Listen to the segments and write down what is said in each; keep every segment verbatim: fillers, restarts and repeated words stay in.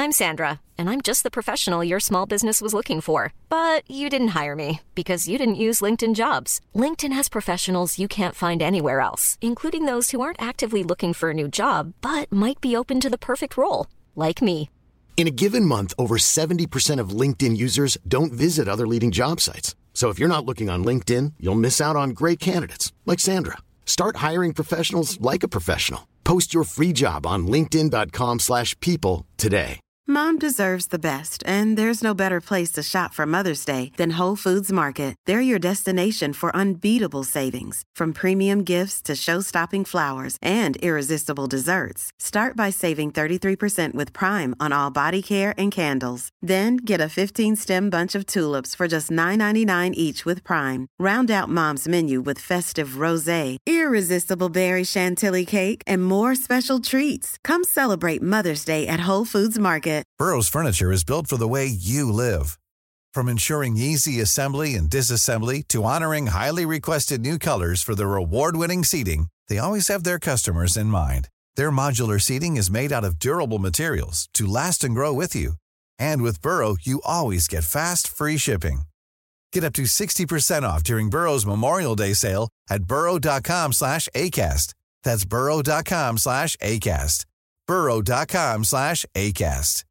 I'm Sandra, and I'm just the professional your small business was looking for. But you didn't hire me because you didn't use LinkedIn Jobs. LinkedIn has professionals you can't find anywhere else, including those who aren't actively looking for a new job, but might be open to the perfect role, like me. In a given month, over seventy percent of LinkedIn users don't visit other leading job sites. So if you're not looking on LinkedIn, you'll miss out on great candidates like Sandra. Start hiring professionals like a professional. Post your free job on linkedin dot com slash people today. Mom deserves the best, and there's no better place to shop for Mother's Day than Whole Foods Market. They're your destination for unbeatable savings, from premium gifts to show-stopping flowers and irresistible desserts. Start by saving thirty-three percent with Prime on all body care and candles. Then get a fifteen-stem bunch of tulips for just nine ninety-nine each with Prime. Round out Mom's menu with festive rosé, irresistible berry chantilly cake, and more special treats. Come celebrate Mother's Day at Whole Foods Market. Burrow's furniture is built for the way you live. From ensuring easy assembly and disassembly to honoring highly requested new colors for their award-winning seating, they always have their customers in mind. Their modular seating is made out of durable materials to last and grow with you. And with Burrow, you always get fast, free shipping. Get up to sixty percent off during Burrow's Memorial Day sale at burrow.com slash ACAST. That's burrow.com slash ACAST. burrow.com slash ACAST.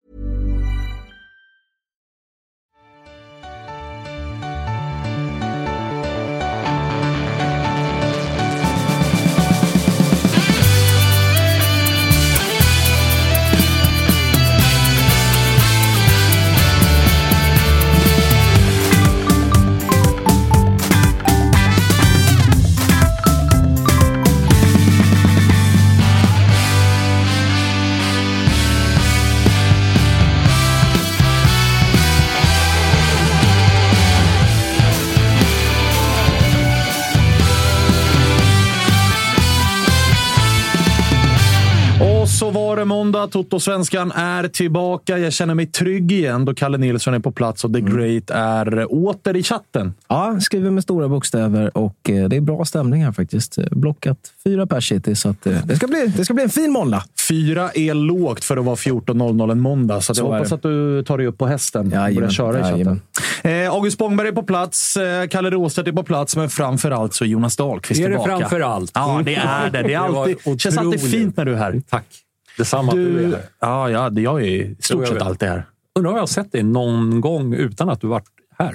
Så var det måndag, Toto-svenskan är tillbaka. Jag känner mig trygg igen då Kalle Nilsson är på plats och The Great är åter i chatten. Ja, skriver med stora bokstäver och det är bra stämning här faktiskt. Blockat fyra pers hittills, så att det ska bli, det ska bli en fin måndag. Fyra är lågt för att vara fjorton noll noll en måndag, så, så jag hoppas att du tar dig upp på hästen ja, och börjar köra ja, i chatten. Eh, August Spångberg är på plats, eh, Kalle Råstedt är på plats, men framförallt så Jonas Dahlqvist är det tillbaka. framförallt? Ja, det är det. Det, är alltid, det känns alltid fint när du är här. Tack. Detsamma du, att du är här. Ja, ja, det jag är i stort sett alltid här. Undrar om jag har sett dig någon gång utan att du varit här.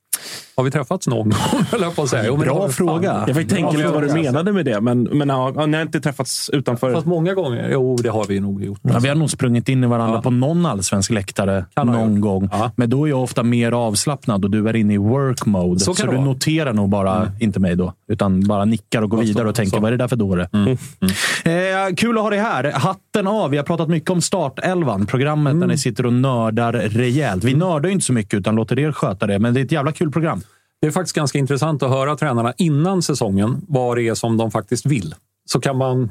Har vi träffats någon gång? Eller på att säga? Jo, bra fråga. Fan. Jag fick tänka lite vad du menade med det. Men, men ja, ni har inte träffats utanför. Fast många gånger. Jo, det har vi nog gjort. Ja, vi har nog sprungit in i varandra ja. på någon allsvensk läktare kan någon gång. Ja. Men då är jag ofta mer avslappnad och du är inne i work mode. Så, så du vara. noterar nog bara, mm. inte mig då, utan bara nickar och går vidare och tänker, så. vad är det där för dåre? Mm. Mm. Eh, kul att ha dig här. Hatten av. Vi har pratat mycket om startelvan. Programmet mm. där ni sitter och nördar rejält. Vi nördar ju inte så mycket utan låter er sköta det. Men det är ett jävla kul program. Det är faktiskt ganska intressant att höra tränarna innan säsongen vad det är som de faktiskt vill. Så kan man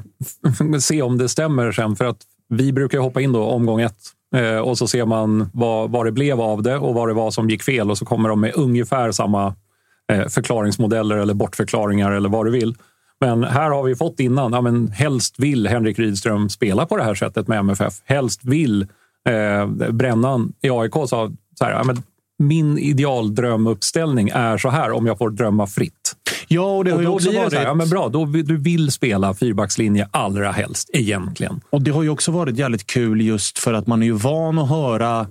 se om det stämmer sen, för att vi brukar hoppa in då omgång ett eh, och så ser man vad, vad det blev av det och vad det var som gick fel, och så kommer de med ungefär samma eh, förklaringsmodeller eller bortförklaringar eller vad du vill. Men här har vi fått innan, ja, men helst vill Henrik Rydström spela på det här sättet med M F F. Helst vill eh, Brännan i A I K sa så här, ja, men min idealdrömuppställning är så här om jag får drömma fritt. Ja, och det har och ju då också blir det varit... så här, ja men bra, då du vill spela fyrbackslinje allra helst egentligen. Och det har ju också varit jävligt kul just för att man är ju van att höra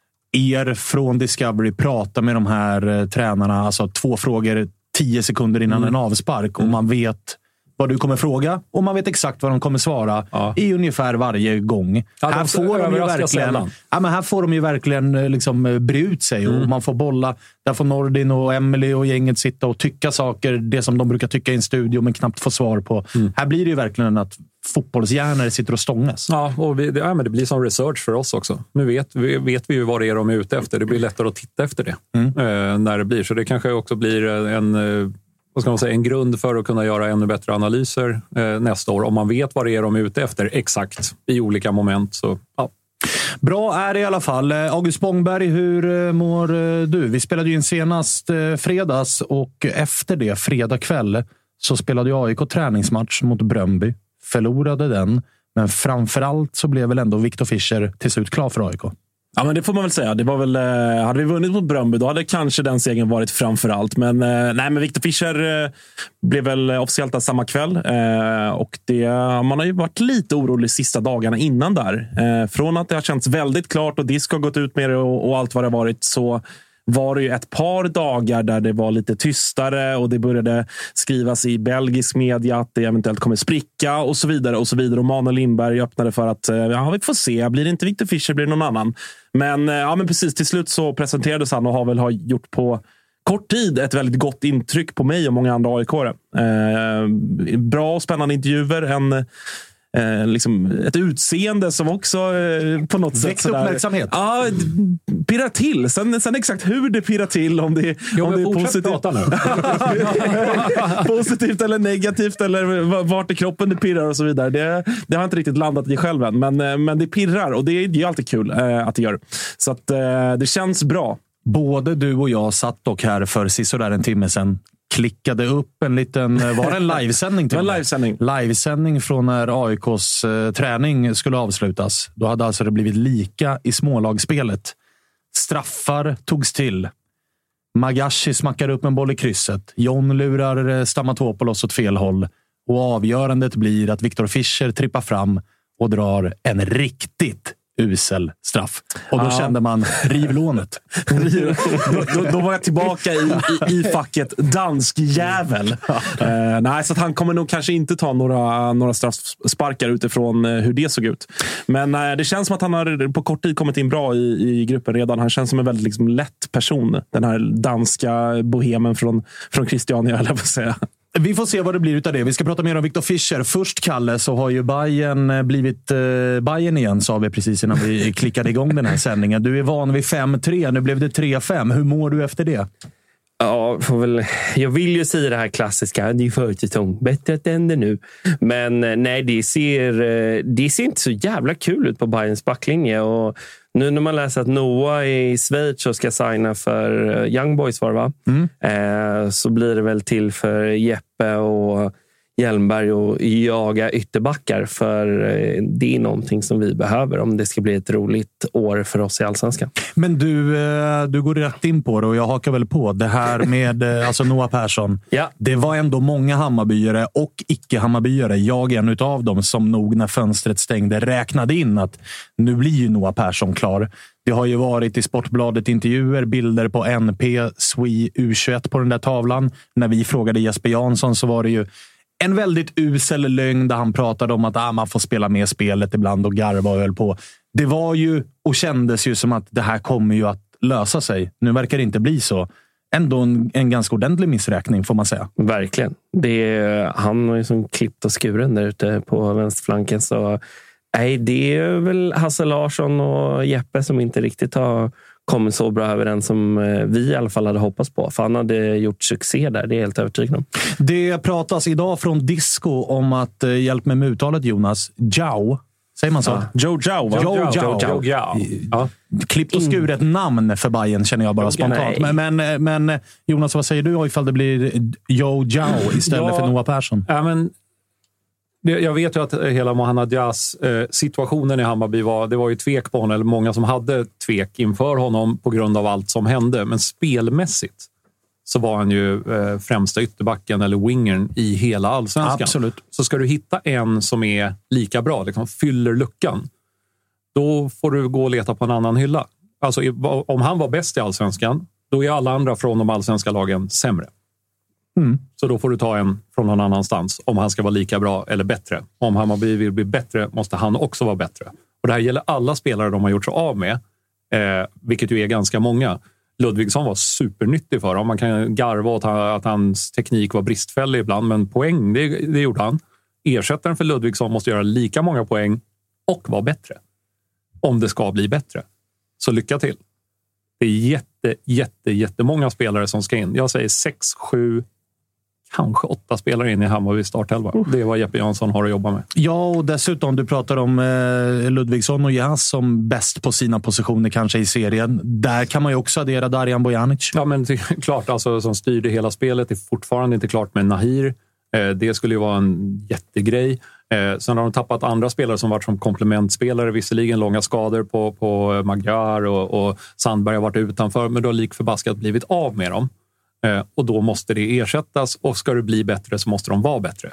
er från Discovery prata med de här eh, tränarna, alltså två frågor tio sekunder innan mm. en avspark, och mm. man vet vad du kommer fråga och man vet exakt vad de kommer svara ja. i ungefär varje gång. Ja, här, får de ju verkligen, ja, men här får de ju verkligen liksom bre ut sig mm. och man får bolla. Där får Nordin och Emily och gänget sitta och tycka saker, det som de brukar tycka i en studio men knappt få svar på. Mm. Här blir det ju verkligen att fotbollshjärnor sitter och stångas. Ja, och vi, ja, men det blir som research för oss också. Nu vet vi, vet vi ju vad det är de är ute efter. Det blir lättare att titta efter det mm. eh, när det blir. Så det kanske också blir en... Eh, vad ska man säga, en grund för att kunna göra ännu bättre analyser eh, nästa år. Om man vet vad det är de är ute efter exakt i olika moment. Så, ja. Bra är det i alla fall. August Spångberg, hur mår du? Vi spelade ju in senast eh, fredags och efter det, fredag kväll, så spelade ju A I K träningsmatch mot Bröndby. Förlorade den Men framförallt så blev väl ändå Viktor Fischer till slut klar för A I K. Ja, men det får man väl säga. Det var väl, hade vi vunnit mot Bröndby, då hade kanske den segern varit framför allt. Men, nej, men Viktor Fischer eh, blev väl officiellt där samma kväll. Eh, och det, man har ju varit lite orolig sista dagarna innan där. Eh, från att det har känts väldigt klart och Disco har gått ut med det och, och allt vad det har varit, så var det ju ett par dagar där det var lite tystare och det började skrivas i belgisk media att det eventuellt kommer spricka och så vidare och så vidare. Och Manuel Lindberg öppnade för att ja, vi får se, blir det inte Viktor Fischer, blir det någon annan. Men ja, men precis, till slut så presenterades han och har väl har gjort på kort tid ett väldigt gott intryck på mig och många andra A I K-are. Eh, bra och spännande intervjuer, en Eh, liksom ett utseende som också eh, på något sätt väcker uppmärksamhet. Ja, pirrar till. Sen, sen exakt hur det pirrar till, om det, jo, om det är positivt, positivt eller negativt eller vart i kroppen det pirrar och så vidare. Det, det har jag inte riktigt landat i själv än, men, men det pirrar och det är ju alltid kul eh, att det gör. Så att eh, det känns bra. Både du och jag satt dock här för sisådär en timme sedan. Klickade upp en liten, var det en livesändning till? En livesändning. Livesändning från när A I K:s eh, träning skulle avslutas. Då hade alltså det blivit lika i smålagsspelet. Straffar togs till. Magashi smackar upp en boll i krysset. John lurar eh, Stamatopoulos åt fel håll. Och avgörandet blir att Viktor Fischer trippar fram och drar en riktigt usel straff. Och då ja. kände man rivlånet. då, då, då var jag tillbaka i, i, i facket dansk jävel. uh, nej, så att han kommer nog kanske inte ta några, några straffsparkar utifrån uh, hur det såg ut. Men uh, det känns som att han har på kort tid kommit in bra i, i gruppen redan. Han känns som en väldigt liksom, lätt person. Den här danska bohemen från, från Christiania, eller vad säga. Vi får se vad det blir utav det. Vi ska prata mer om Viktor Fischer. Först, Kalle, så har ju Bayern blivit eh, Bayern igen, sa vi precis innan vi klickade igång den här sändningen. Du är van vid fem tre, nu blev det tre fem. Hur mår du efter det? Ja, får väl, jag vill ju säga det här klassiska, det är försäsong, bättre att det händer nu. Men nej, det ser, det ser inte så jävla kul ut på Bayerns backlinje. Och nu när man läser att Noah är i Schweiz och ska signa för Young Boys, var det, va? Mm. Eh, så blir det väl till för Jeppe och Hjelmberg och jaga ytterbackar, för det är någonting som vi behöver om det ska bli ett roligt år för oss i Allsvenskan. Men du, du går rätt in på det och jag hakar väl på det här med alltså Noah Persson. Ja. Det var ändå många Hammarbyare och icke-Hammarbyare, jag är en utav dem, som nog när fönstret stängde räknade in att nu blir ju Noah Persson klar. Det har ju varit i Sportbladet intervjuer, bilder på N P, Swi, U tjugoett på den där tavlan. När vi frågade Jesper Jansson så var det ju en väldigt usel lögn där han pratade om att ah, man får spela med spelet ibland och garva och höll på. Det var ju och kändes ju som att det här kommer ju att lösa sig. Nu verkar det inte bli så. Ändå en, en ganska ordentlig missräkning, får man säga. Verkligen. Det är, han har ju som klippt och skuren där ute på vänsterflanken. Så nej, det är väl Hasse Larsson och Jeppe som inte riktigt har kommit så bra överens som vi i alla fall hade hoppats på. För han hade gjort succé där, det är helt övertygad om. Det pratas idag från Disco om att, hjälp mig med uttalet Jonas, Jao, säger man så? Ja. Joe Jao, va? Joe Jao. Joe Jao. Ja. Ja. Klippt och skuret namn för Bayern känner jag bara spontant. Men, men, men Jonas, vad säger du ifall det blir Joe Jao istället ja. för Noah Persson? Ja, men jag vet ju att hela Mohamed Diaz eh, situationen i Hammarby var, det var ju tvek på honom, eller många som hade tvek inför honom på grund av allt som hände. Men spelmässigt så var han ju eh, främsta ytterbacken eller wingern i hela Allsvenskan. Absolut. Så ska du hitta en som är lika bra, liksom fyller luckan, då får du gå och leta på en annan hylla. Alltså om han var bäst i Allsvenskan, då är alla andra från de allsvenska lagen sämre. Mm. Så då får du ta en från någon annanstans om han ska vara lika bra eller bättre. Om Hammarby vill bli bättre måste han också vara bättre. Och det här gäller alla spelare de har gjort sig av med, eh, vilket ju är ganska många. Ludvigsson var supernyttig för honom. Man kan garva åt att hans teknik var bristfällig ibland, men poäng, det, det gjorde han. Ersättaren för Ludvigsson måste göra lika många poäng och vara bättre. Om det ska bli bättre. Så lycka till. Det är jätte, jätte, jättemånga spelare som ska in. Jag säger sex, sju, kanske åtta spelare in i Hammarby startelva. Uh. Det är vad Jeppe Jansson har att jobba med. Ja, och dessutom du pratar om eh, Ludvigsson och Jas som bäst på sina positioner kanske i serien. Där kan man ju också addera Darijan Bojanic. Ja, men det, klart, alltså som styrde hela spelet är fortfarande inte klart med Nahir. Eh, det skulle ju vara en jättegrej. Eh, sen har de tappat andra spelare som varit som komplementspelare, visserligen långa skador på, på Magyar och, och Sandberg har varit utanför, men då har lik förbaskat blivit av med dem. Eh, och då måste det ersättas, och ska det bli bättre så måste de vara bättre.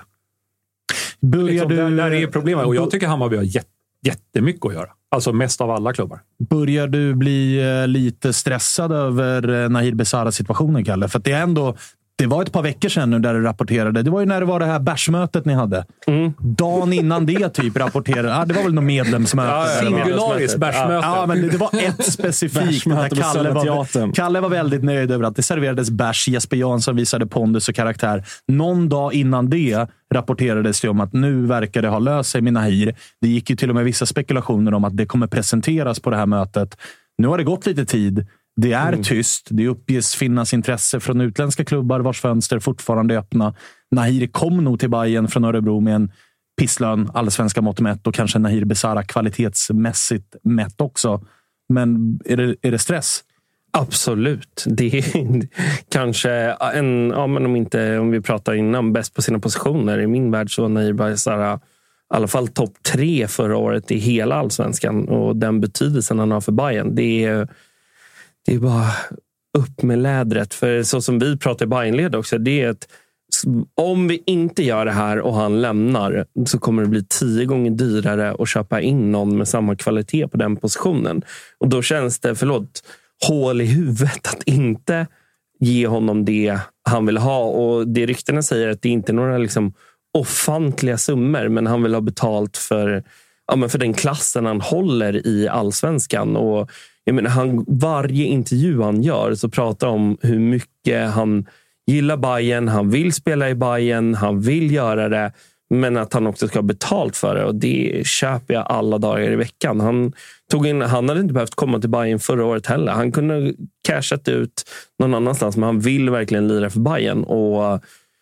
Börjar liksom, du... där, där är problemet, och jag tycker Hammarby har jätt, jättemycket att göra. Alltså mest av alla klubbar. Börjar du bli eh, lite stressad över eh, Nahir Besaras situationen, Kalle? För att det är ändå... Det var ett par veckor sedan nu där du rapporterade. Det var ju när det var det här bärsmötet ni hade. Mm. Dagen innan det typ rapporterade. Ja, det var väl något medlemsmöte. Ja, singularis bärsmöte. Ja, men det var ett specifikt. Där Kalle, var, Kalle var väldigt nöjd över att det serverades bärs. Jesper Jansson visade pondus och karaktär. Någon dag innan det rapporterades det om att nu verkar det ha löst sig med Nahir. Det gick ju till och med vissa spekulationer om att det kommer presenteras på det här mötet. Nu har det gått lite tid. Det är mm. tyst. Det uppges finnas intresse från utländska klubbar vars fönster fortfarande är öppna. Nahir kom nog till Bayern från Örebro med en pisslön, allsvenska mått mätt, och kanske Nahir Besara kvalitetsmässigt mätt också. Men är det, är det stress? Absolut. Det är kanske en, ja, men om inte, om vi pratar innan, bäst på sina positioner. I min värld så var Nahir Besara i alla fall topp tre förra året i hela allsvenskan, och den betydelsen han har för Bayern, det är Det är bara upp med lädret. För så som vi pratar i Bayernled också, det är att om vi inte gör det här och han lämnar, så kommer det bli tio gånger dyrare att köpa in någon med samma kvalitet på den positionen. Och då känns det, förlåt, hål i huvudet att inte ge honom det han vill ha. Och det ryktena säger att det inte är några liksom ofantliga summor, men han vill ha betalt för, ja, men för den klassen han håller i allsvenskan. Och jag menar, han, varje intervju han gör så pratar om hur mycket han gillar Bayern, han vill spela i Bayern, han vill göra det, men att han också ska ha betalt för det, och det köper jag alla dagar i veckan. Han, tog in, han hade inte behövt komma till Bayern förra året heller. Han kunde cashat ut någon annanstans, men han vill verkligen lira för Bayern, och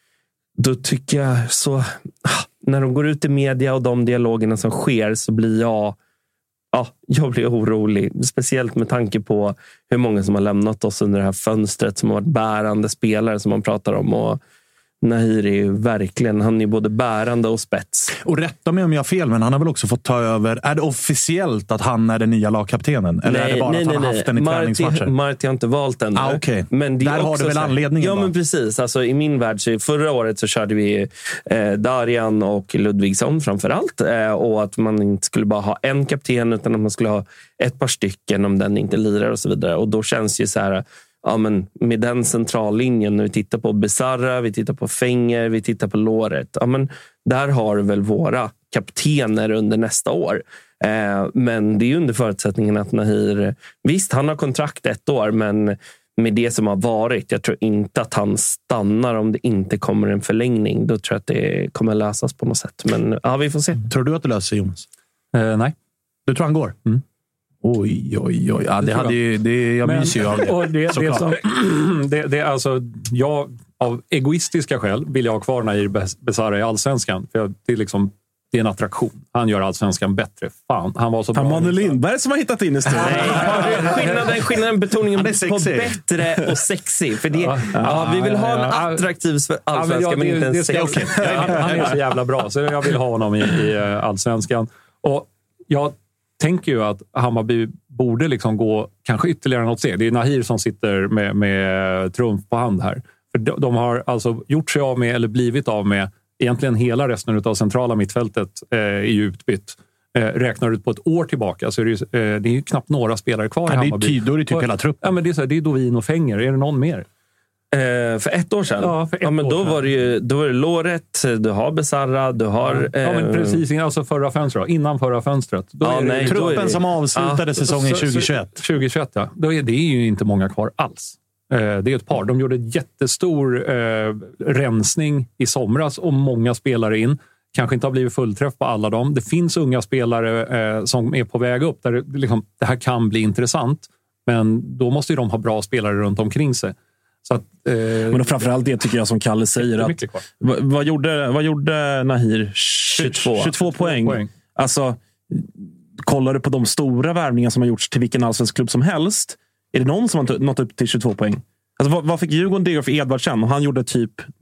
då tycker jag så, när de går ut i media och de dialogerna som sker, så blir jag Ja, jag blir orolig. Speciellt med tanke på hur många som har lämnat oss under det här fönstret, som har varit bärande spelare som man pratar om. Och Nahir är ju verkligen, han är både bärande och spets. Och rätta mig om jag har fel, men han har väl också fått ta över. Är det officiellt att han är den nya lagkaptenen? Eller nej, är det bara nej, att han nej, har haft den i Marti, träningsmatcher? Marti har inte valt den. Ah, okay. Men det där har du väl anledningen? Ja, då? Men precis. Alltså, i min värld, så förra året så körde vi eh, Darjan och Ludvigsson framförallt. Eh, och att man inte skulle bara ha en kapten, utan att man skulle ha ett par stycken om den inte lirar och så vidare. Och då känns det ju så här, ja, men med den centrallinjen, när vi tittar på Besara, vi tittar på Fenger, vi tittar på Låret. Ja, men där har väl våra kaptener under nästa år. Eh, men det är under förutsättningen att Nahir, visst, han har kontrakt ett år, men med det som har varit, jag tror inte att han stannar om det inte kommer en förlängning. Då tror jag att det kommer lösas på något sätt. Men ja, vi får se. Tror du att det löser sig, Jonas? Eh, nej. Du tror han går? Mm. Oj, oj, oj. Ja, det hade ju, det, jag myser ju av det. Och det, det, som, det, det alltså, jag, av egoistiska skäl vill jag ha kvar Nahir Besara i allsvenskan. För jag, det, är liksom, det är en attraktion. Han gör allsvenskan bättre. Fan, han var så bra. Manuel Lindberg som har hittat in i studion. skillnaden, skillnaden betoningen på bättre och sexy. För det, ja, ja, vi vill ha en attraktiv allsvenska, ja, men, ja, men inte en sexy. Okay. han, han är så jävla bra, så jag vill ha honom i, i allsvenskan. Och jag tänker ju att Hammarby borde liksom gå kanske ytterligare något steg. Det är Nahir som sitter med, med trumf på hand här. För de, de har alltså gjort sig av med, eller blivit av med, egentligen hela resten av centrala mittfältet eh, är ju utbytt. Eh, räknar ut på ett år tillbaka så är det ju, eh, det är ju knappt några spelare kvar ja, i Hammarby. Det är, då är det typ och, hela truppen. Ja, men det är, så här, det är Dovin och Fenger. Är det någon mer? Eh, för ett år sedan? Ja, för ett ja, men år då sedan. var det ju då var det Låret, du har Besara, du har... Ja, ja men precis. Alltså förra fönstret. Innan förra fönstret. Då ja, är nej, det, truppen det, som avslutade ja, säsongen tjugohundratjugoett. tjugohundratjugoett, ja. Då är det är ju inte många kvar alls. Eh, det är ett par. De gjorde en jättestor eh, rensning i somras och många spelare in. Kanske inte har blivit fullträff på alla dem. Det finns unga spelare eh, som är på väg upp där det, liksom, det här kan bli intressant. Men då måste ju de ha bra spelare runt omkring sig. Så att, eh, men då framförallt det tycker jag som Kalle säger. Att, vad, vad, gjorde, vad gjorde Nahir? tjugotvå, tjugotvå poäng. poäng. Alltså, kollar du på de stora värvningar som har gjorts till vilken allsvensk klubb som helst. Är det någon som har nått upp till tjugotvå poäng? Alltså, vad, vad fick Djurgården det för Edvardsen? Och han gjorde typ nitton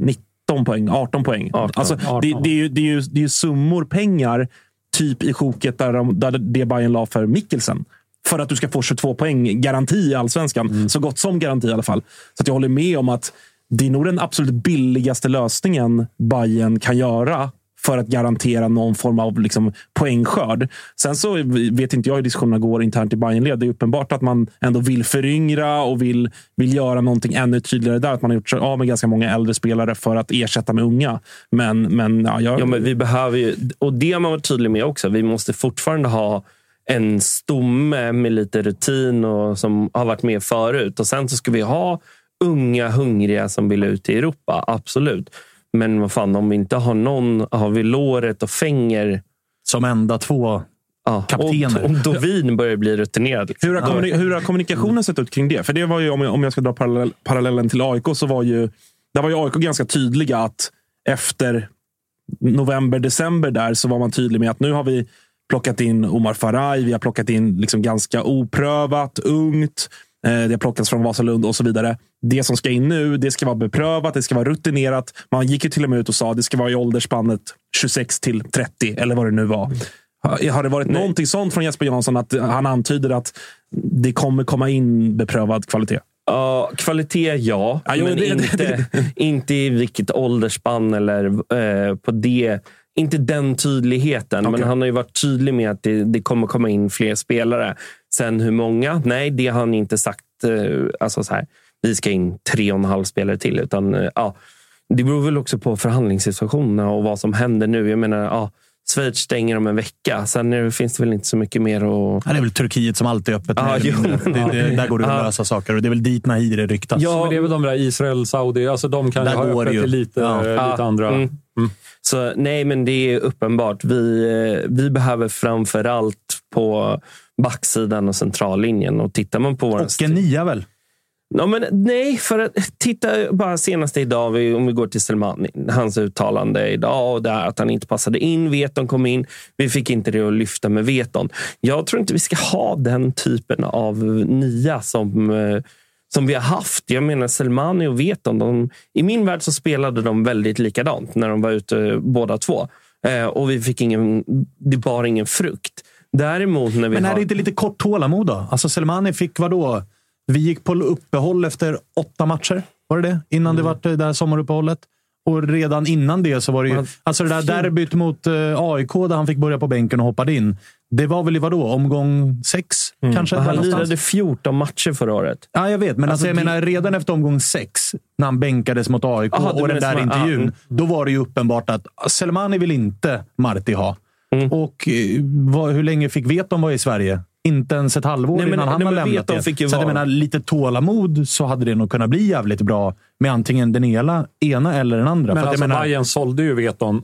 nitton poäng, arton poäng. arton, alltså, arton. Det, det, är ju, det, är ju, det är ju summor pengar typ i sjoket där, de, där det Bayern la för Mikkelsen. För att du ska få tjugotvå poäng garanti i Allsvenskan. Mm. Så gott som garanti i alla fall. Så att jag håller med om att det är nog den absolut billigaste lösningen Bayern kan göra för att garantera någon form av liksom, poängskörd. Sen så vet inte jag hur diskussionerna går internt i Bayernled. Det är uppenbart att man ändå vill föryngra och vill, vill göra någonting ännu tydligare där. Att man har gjort sig av med ganska många äldre spelare för att ersätta med unga. Men, men, ja, jag... ja, men vi behöver ju, och det har man varit tydlig med också. Vi måste fortfarande ha en stomme med lite rutin och som har varit med förut. Och sen så ska vi ha unga, hungriga som vill ut i Europa. Absolut. Men vad fan, om vi inte har någon, har vi Låret och Fänger som enda två ja, kaptener. Och, och Dovin börjar bli rutinerad. Liksom. Hur, har kommunik- hur har kommunikationen sett ut kring det? För det var ju, om jag, om jag ska dra parallell, parallellen till A I K, så var ju, där var ju A I K ganska tydliga att efter november, december där så var man tydlig med att nu har vi plockat in Omar Faraj, vi har plockat in liksom ganska oprövat, ungt. Det har plockats från Vasalund och så vidare. Det som ska in nu, det ska vara beprövat, det ska vara rutinerat. Man gick ju till och med ut och sa att det ska vara i åldersspannet tjugosex till trettio eller vad det nu var. Har det varit Nej. någonting sånt från Jesper Jansson att han antyder att det kommer komma in beprövad kvalitet? Ja, kvalitet ja, ja men det, inte, det, det. inte i vilket åldersspann eller eh, på det. Inte den tydligheten, okay. Men han har ju varit tydlig med att det, det kommer komma in fler spelare. Sen hur många? Nej, det har han inte sagt. Alltså så här, vi ska in tre och en halv spelare till. Utan ja, det beror väl också på förhandlingssituationerna och vad som händer nu. Jag menar, ja, Schweiz stänger om en vecka. Sen nu finns det väl inte så mycket mer att... Ja, det är väl Turkiet som alltid är öppet. Ah, det, det, där går det att lösa saker. Och det är väl dit Nahir det ryktas. Ja, men det är väl de där Israel, Saudi. Alltså de kan ju ha öppet till lite, ja. lite ah, andra... Mm. Mm. Så nej, men det är uppenbart. Vi, vi behöver framförallt på backsidan och centrallinjen. Och tittar man på våra... Och en nia väl? Ja, men nej, för att titta bara senaste idag, om vi går till Selmani, hans uttalande idag och det här att han inte passade in, Veton kom in, vi fick inte det att lyfta med Veton. Jag tror inte vi ska ha den typen av nia som, som vi har haft. Jag menar Selmani och Veton, de, i min värld så spelade de väldigt likadant när de var ute båda två. Eh, och vi fick ingen, det bar ingen frukt. Däremot när vi Men är har... det inte lite kort tålamod då? Alltså Selmani fick vad då? Vi gick på uppehåll efter åtta matcher. Var det det? Innan mm. det var det där sommaruppehållet. Och redan innan det så var det ju... Alltså det där derbyt mot A I K där han fick börja på bänken och hoppade in. Det var väl i vadå? Omgång sex mm. kanske? Han lirade fjorton matcher förra året. Ja, jag vet. Men alltså, alltså jag det... menar, redan efter omgång sex, när han bänkades mot A I K Aha, och den där intervjun, ah, då var det ju uppenbart att Selmani vill inte Marti ha. Mm. Och vad, hur länge fick Veton vara i Sverige? Inte ens ett halvår nej, men, innan han nej, har lämnat det. Så att jag menar, lite tålamod så hade det nog kunnat bli jävligt bra med antingen den ena, ena eller den andra. Men för alltså, jag menar, Bayern sålde ju Veton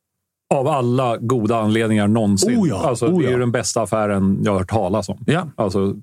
av alla goda anledningar någonsin. Oh ja, alltså, oh ja. Det är ju den bästa affären jag har hört talas om. Ja. Alltså,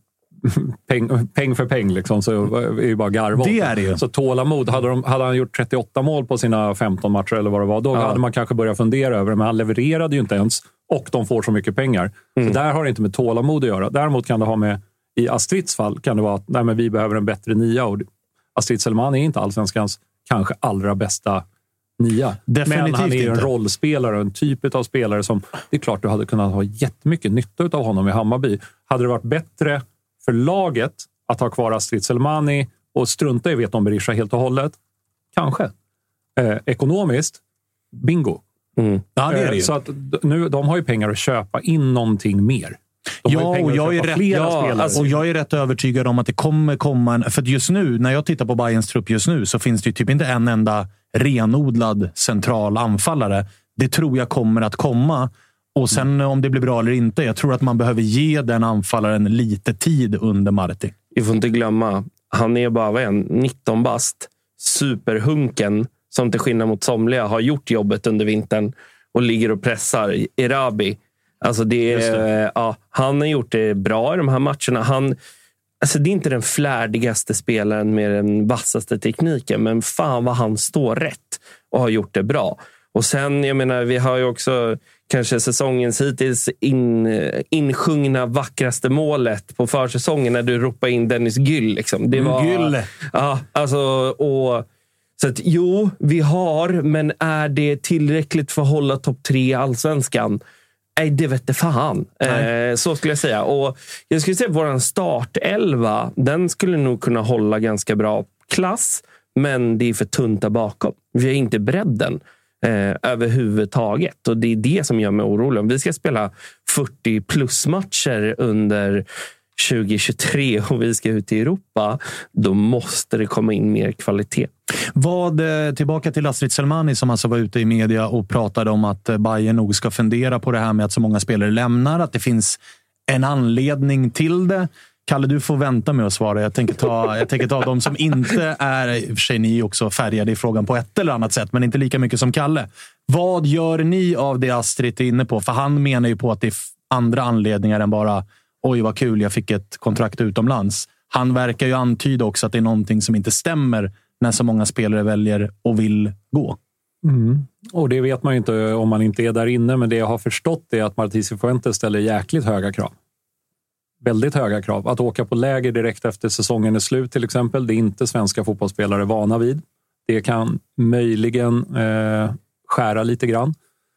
peng, peng för peng liksom, så är det ju bara garv. Det är det ju. Så tålamod. Hade, de, hade han gjort trettioåtta mål på sina femton matcher eller vad det var, då ja. hade man kanske börjat fundera över det. Men han levererade ju inte ens. Och de får så mycket pengar. Mm. Så där har det inte med tålamod att göra. Däremot kan det ha med, i Astrids fall, kan det vara att nej, men vi behöver en bättre nia. Och Astrid Selmani är inte allsvenskans kanske allra bästa nia. Definitivt men han är ju en inte. rollspelare, en typ av spelare som, det är klart du hade kunnat ha jättemycket nytta av honom i Hammarby. Hade det varit bättre för laget att ha kvar Astrid Selmani och strunta i Veton Berisha helt och hållet? Kanske. Eh, ekonomiskt, bingo. Mm. Ja, det är det ju. Så att nu, de har ju pengar att köpa in någonting mer. De ja, och jag, är rätt, ja alltså, och jag är rätt övertygad om att det kommer komma en... För just nu, när jag tittar på Bayerns trupp just nu, så finns det ju typ inte en enda renodlad central anfallare. Det tror jag kommer att komma. Och sen mm. om det blir bra eller inte, jag tror att man behöver ge den anfallaren lite tid under Marti. Vi får inte glömma, han är bara en nitton bast, superhunken, som till skillnad mot somliga har gjort jobbet under vintern och ligger och pressar. Erabi. Alltså det, det. Ja, han har gjort det bra i de här matcherna. Han, alltså det är inte den flärdigaste spelaren med den vassaste tekniken, men fan vad han står rätt och har gjort det bra. Och sen, jag menar, vi har ju också kanske säsongens hittills in, insjungna vackraste målet på försäsongen när du ropar in Dennis Gyll. Liksom. Det var, Gyll! Ja, alltså, och Så att jo, vi har, men är det tillräckligt för att hålla topp tre i Allsvenskan? Nej, det vet det fan. Eh, så skulle jag säga. Och jag skulle säga att vår startelva, den skulle nog kunna hålla ganska bra klass, men det är för tunt där bakom. Vi är inte bredden eh, överhuvudtaget. Och det är det som gör mig orolig. Om vi ska spela fyrtio plus matcher under tjugo tjugotre och vi ska ut i Europa, då måste det komma in mer kvalitet. Vad, tillbaka till Astrid Selmani som alltså var ute i media och pratade om att Bayern nog ska fundera på det här med att så många spelare lämnar, att det finns en anledning till det. Kalle, du får vänta med att svara. Jag tänker ta, jag tänker ta de som inte är, i och för sig ni också färgade i frågan på ett eller annat sätt, men inte lika mycket som Kalle. Vad gör ni av det Astrid är inne på? För han menar ju på att det är andra anledningar än bara oj vad kul, jag fick ett kontrakt utomlands. Han verkar ju antyda också att det är någonting som inte stämmer när så många spelare väljer och vill gå. Mm. Och det vet man ju inte om man inte är där inne, men det jag har förstått är att Martí Cifuentes ställer jäkligt höga krav. Väldigt höga krav. Att åka på läger direkt efter säsongen är slut till exempel, det är inte svenska fotbollsspelare vana vid. Det kan möjligen eh, skära lite grann.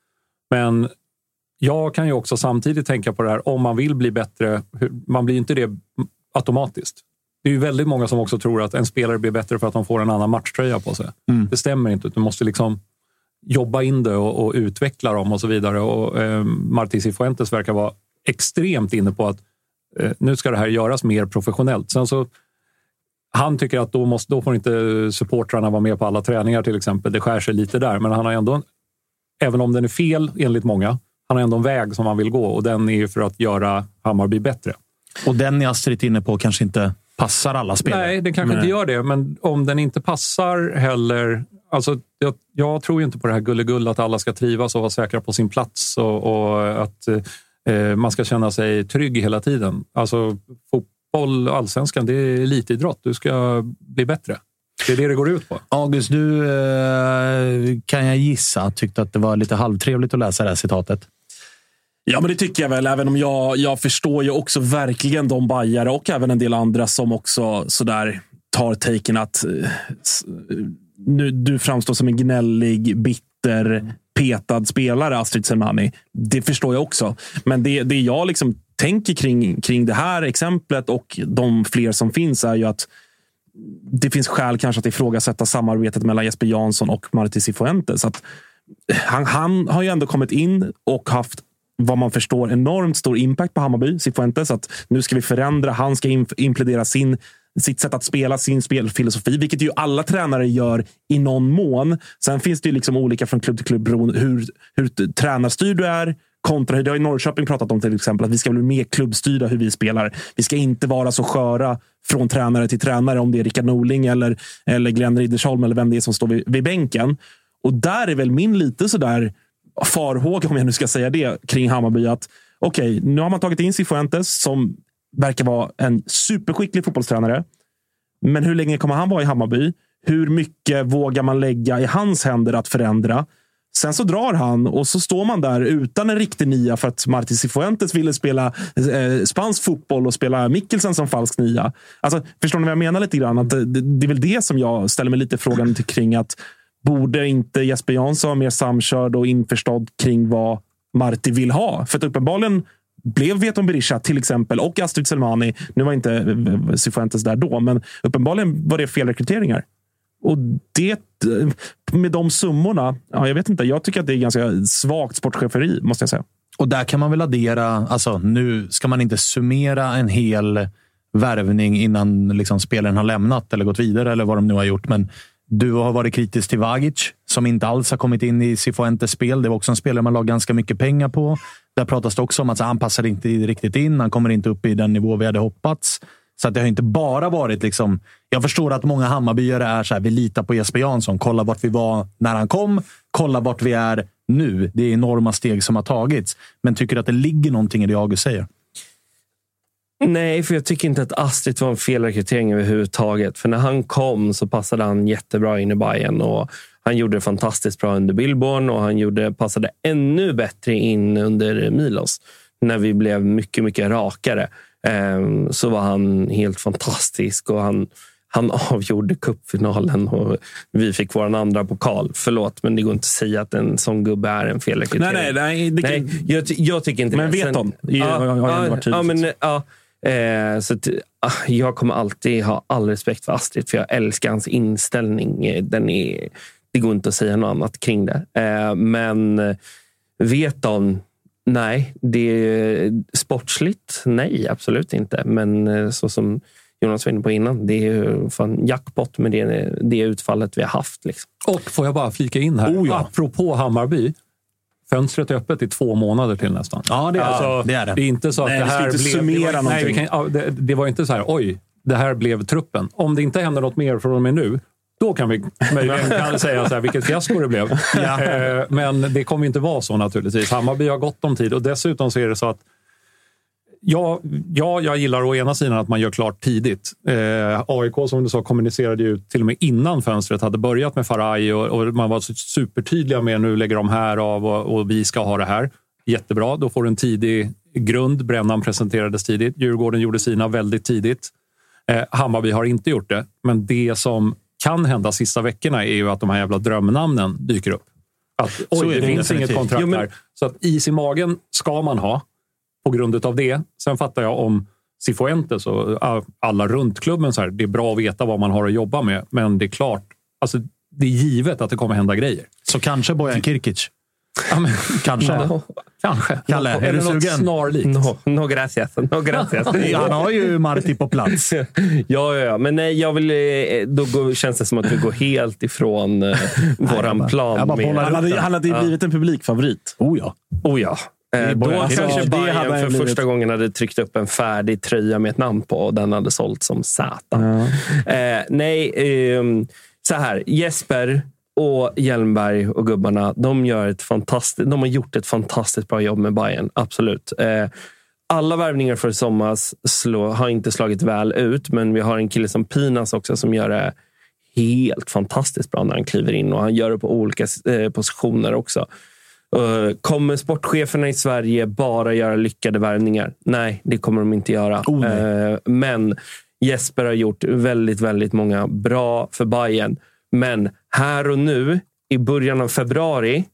Men jag kan ju också samtidigt tänka på det här, om man vill bli bättre, man blir inte det automatiskt. Det är ju väldigt många som också tror att en spelare blir bättre för att de får en annan matchtröja på sig. Mm. Det stämmer inte. Du måste liksom jobba in det och, och utveckla dem och så vidare. Och eh, Martí Cifuentes verkar vara extremt inne på att eh, nu ska det här göras mer professionellt. Sen så, han tycker att då, måste, då får inte supportrarna vara med på alla träningar till exempel. Det skär sig lite där. Men han har ändå, även om den är fel enligt många, han har ändå en väg som han vill gå. Och den är ju för att göra Hammarby bättre. Och den är Astrid inne på kanske inte passar alla spelare. Nej, det kanske Nej. inte gör det. Men om den inte passar heller... Alltså, jag, jag tror ju inte på det här gullegull att alla ska trivas och vara säkra på sin plats. Och, och att eh, man ska känna sig trygg hela tiden. Alltså, fotboll, allsvenskan, det är elitidrott. Du ska bli bättre. Det är det det går ut på. August, du eh, kan jag gissa tyckte att det var lite halvtrevligt att läsa det här citatet. Ja, men det tycker jag väl. Även om jag, jag förstår ju också verkligen de bajare och även en del andra som också sådär tar taken att nu, du framstår som en gnällig, bitter, petad spelare, Astrid Selmani. Det förstår jag också. Men det, det jag liksom tänker kring, kring det här exemplet och de fler som finns är ju att det finns skäl kanske att ifrågasätta samarbetet mellan Jesper Jansson och Martí Cifuentes. Att han, han har ju ändå kommit in och haft, vad man förstår, enormt stor impact på Hammarby, Cifuentes, att nu ska vi förändra, han ska in, implementera sin, sitt sätt att spela, sin spelfilosofi, vilket ju alla tränare gör i någon mån. Sen finns det ju liksom olika från klubb till klubb hur, hur tränarstyrd du är kontra hur det har i Norrköping pratat om till exempel, att vi ska bli mer klubbstyrda hur vi spelar. Vi ska inte vara så sköra från tränare till tränare, om det är Rickard Norling eller, eller Glenn Riddersholm eller vem det är som står vid, vid bänken. Och där är väl min lite sådär farhåg, om jag nu ska säga det, kring Hammarby att okej, okay, nu har man tagit in Cifuentes som verkar vara en superskicklig fotbollstränare. Men hur länge kommer han vara i Hammarby? Hur mycket vågar man lägga i hans händer att förändra? Sen så drar han och så står man där utan en riktig nia för att Martí Cifuentes ville spela eh, spansk fotboll och spela Mikkelsen som falsk nia. Alltså, förstår ni vad jag menar lite grann? Att det, det är väl det som jag ställer mig lite frågan till kring, att borde inte Jesper Jansson vara mer samkörd och införstådd kring vad Martí vill ha? För att uppenbarligen blev Veton Berisha till exempel och Astrid Selmani, nu var inte Cifuentes där då, men uppenbarligen var det fel rekryteringar. Och det, med de summorna, ja, jag vet inte, jag tycker att det är ganska svagt sportcheferi, måste jag säga. Och där kan man väl addera, alltså nu ska man inte summera en hel värvning innan liksom spelaren har lämnat eller gått vidare eller vad de nu har gjort, men du har varit kritisk till Vagic som inte alls har kommit in i Cifuentes spel. Det var också en spelare man la ganska mycket pengar på. Där pratas det också om att han passar inte riktigt in. Han kommer inte upp i den nivå vi hade hoppats. Så att det har inte bara varit liksom... Jag förstår att många Hammarbyare är så här, vi litar på Jesper Jansson. Kolla vart vi var när han kom. Kolla vart vi är nu. Det är enorma steg som har tagits. Men tycker att det ligger någonting i det August säger? Nej, för jag tycker inte att Astrid var en felrekrytering överhuvudtaget. För när han kom så passade han jättebra in i Bayern och han gjorde det fantastiskt bra under Billborn och han gjorde, passade ännu bättre in under Milos. När vi blev mycket, mycket rakare så var han helt fantastisk och han, han avgjorde cupfinalen och vi fick vår andra pokal. Förlåt, men det går inte att säga att en sån gubbe är en felrekrytering. Nej, nej, nej, det kan... nej jag, jag tycker inte men det. Men vet de? Ja, jag, jag, jag ja, men, ja, eh, så att, jag kommer alltid ha all respekt för Astrid, för jag älskar hans inställning. Den är, det går inte att säga något annat kring det. Eh, men vet de? Nej, det är sportsligt. Nej, absolut inte. Men så som Jonas var inne på innan, det är ju fan jackpot med det, det utfallet vi har haft. Liksom. Och får jag bara flika in här, oh ja. apropå Hammarby, fönstret är öppet i två månader till nästan. Ja, det är, alltså, det, är det. Det är inte så att nej, det här blev... Det var, nej, vi kan, ja, det, det var inte så här, oj, det här blev truppen. Om det inte händer något mer från och med nu, då kan vi möjligen kan säga så här, vilket fiasko det blev. Ja. Eh, men det kommer inte vara så naturligtvis. Hammarby har gott om tid och dessutom så är det så att ja, ja, jag gillar å ena sidan att man gör klart tidigt. Eh, A I K som du sa kommunicerade ju till och med innan fönstret hade börjat med Faraj och, och man var supertydliga med nu lägger de här av och, och vi ska ha det här. Jättebra, då får du en tidig grund. Brännan presenterades tidigt. Djurgården gjorde sina väldigt tidigt. Eh, Hammarby har inte gjort det. Men det som kan hända sista veckorna är ju att de här jävla drömnamnen dyker upp. Att oj, det, det finns definitivt. Inget kontrakt jo, men... här. Så att is i magen ska man ha på grund av det. Sen fattar jag om Cifuentes och alla runt klubben så här, det är bra att veta vad man har att jobba med. Men det är klart, alltså det är givet att det kommer hända grejer. Så kanske Bojan Kirkic. Ja, men, kanske. No. Kanske. Kalle, är, är du sugen? Snarlikt. No, no gracias. No gracias. Han har ju Marti på plats. ja, ja, ja. Men nej, jag vill, då går, känns det som att vi går helt ifrån uh, våran nej, plan. Jag bara, jag bara han hade, han hade ja. blivit en publikfavrit. Oh ja. Oh ja. Eh, då alltså, kanske Bayern för blivit... första gången hade tryckt upp en färdig tröja med ett namn på och den hade sålt som satan. Ja. Eh, nej, eh, så här. Jesper och Hjelmberg och gubbarna, de, gör ett fantastiskt, de har gjort ett fantastiskt bra jobb med Bayern. Absolut. Eh, alla värvningar för sommars slå, har inte slagit väl ut, men vi har en kille som Pinas också som gör det helt fantastiskt bra när han kliver in och han gör det på olika eh, positioner också. Uh, kommer sportcheferna i Sverige bara göra lyckade värvningar? Nej, det kommer de inte göra. Oh, uh, men Jesper har gjort väldigt, väldigt många bra för Bayern. Men här och nu, i början av februari,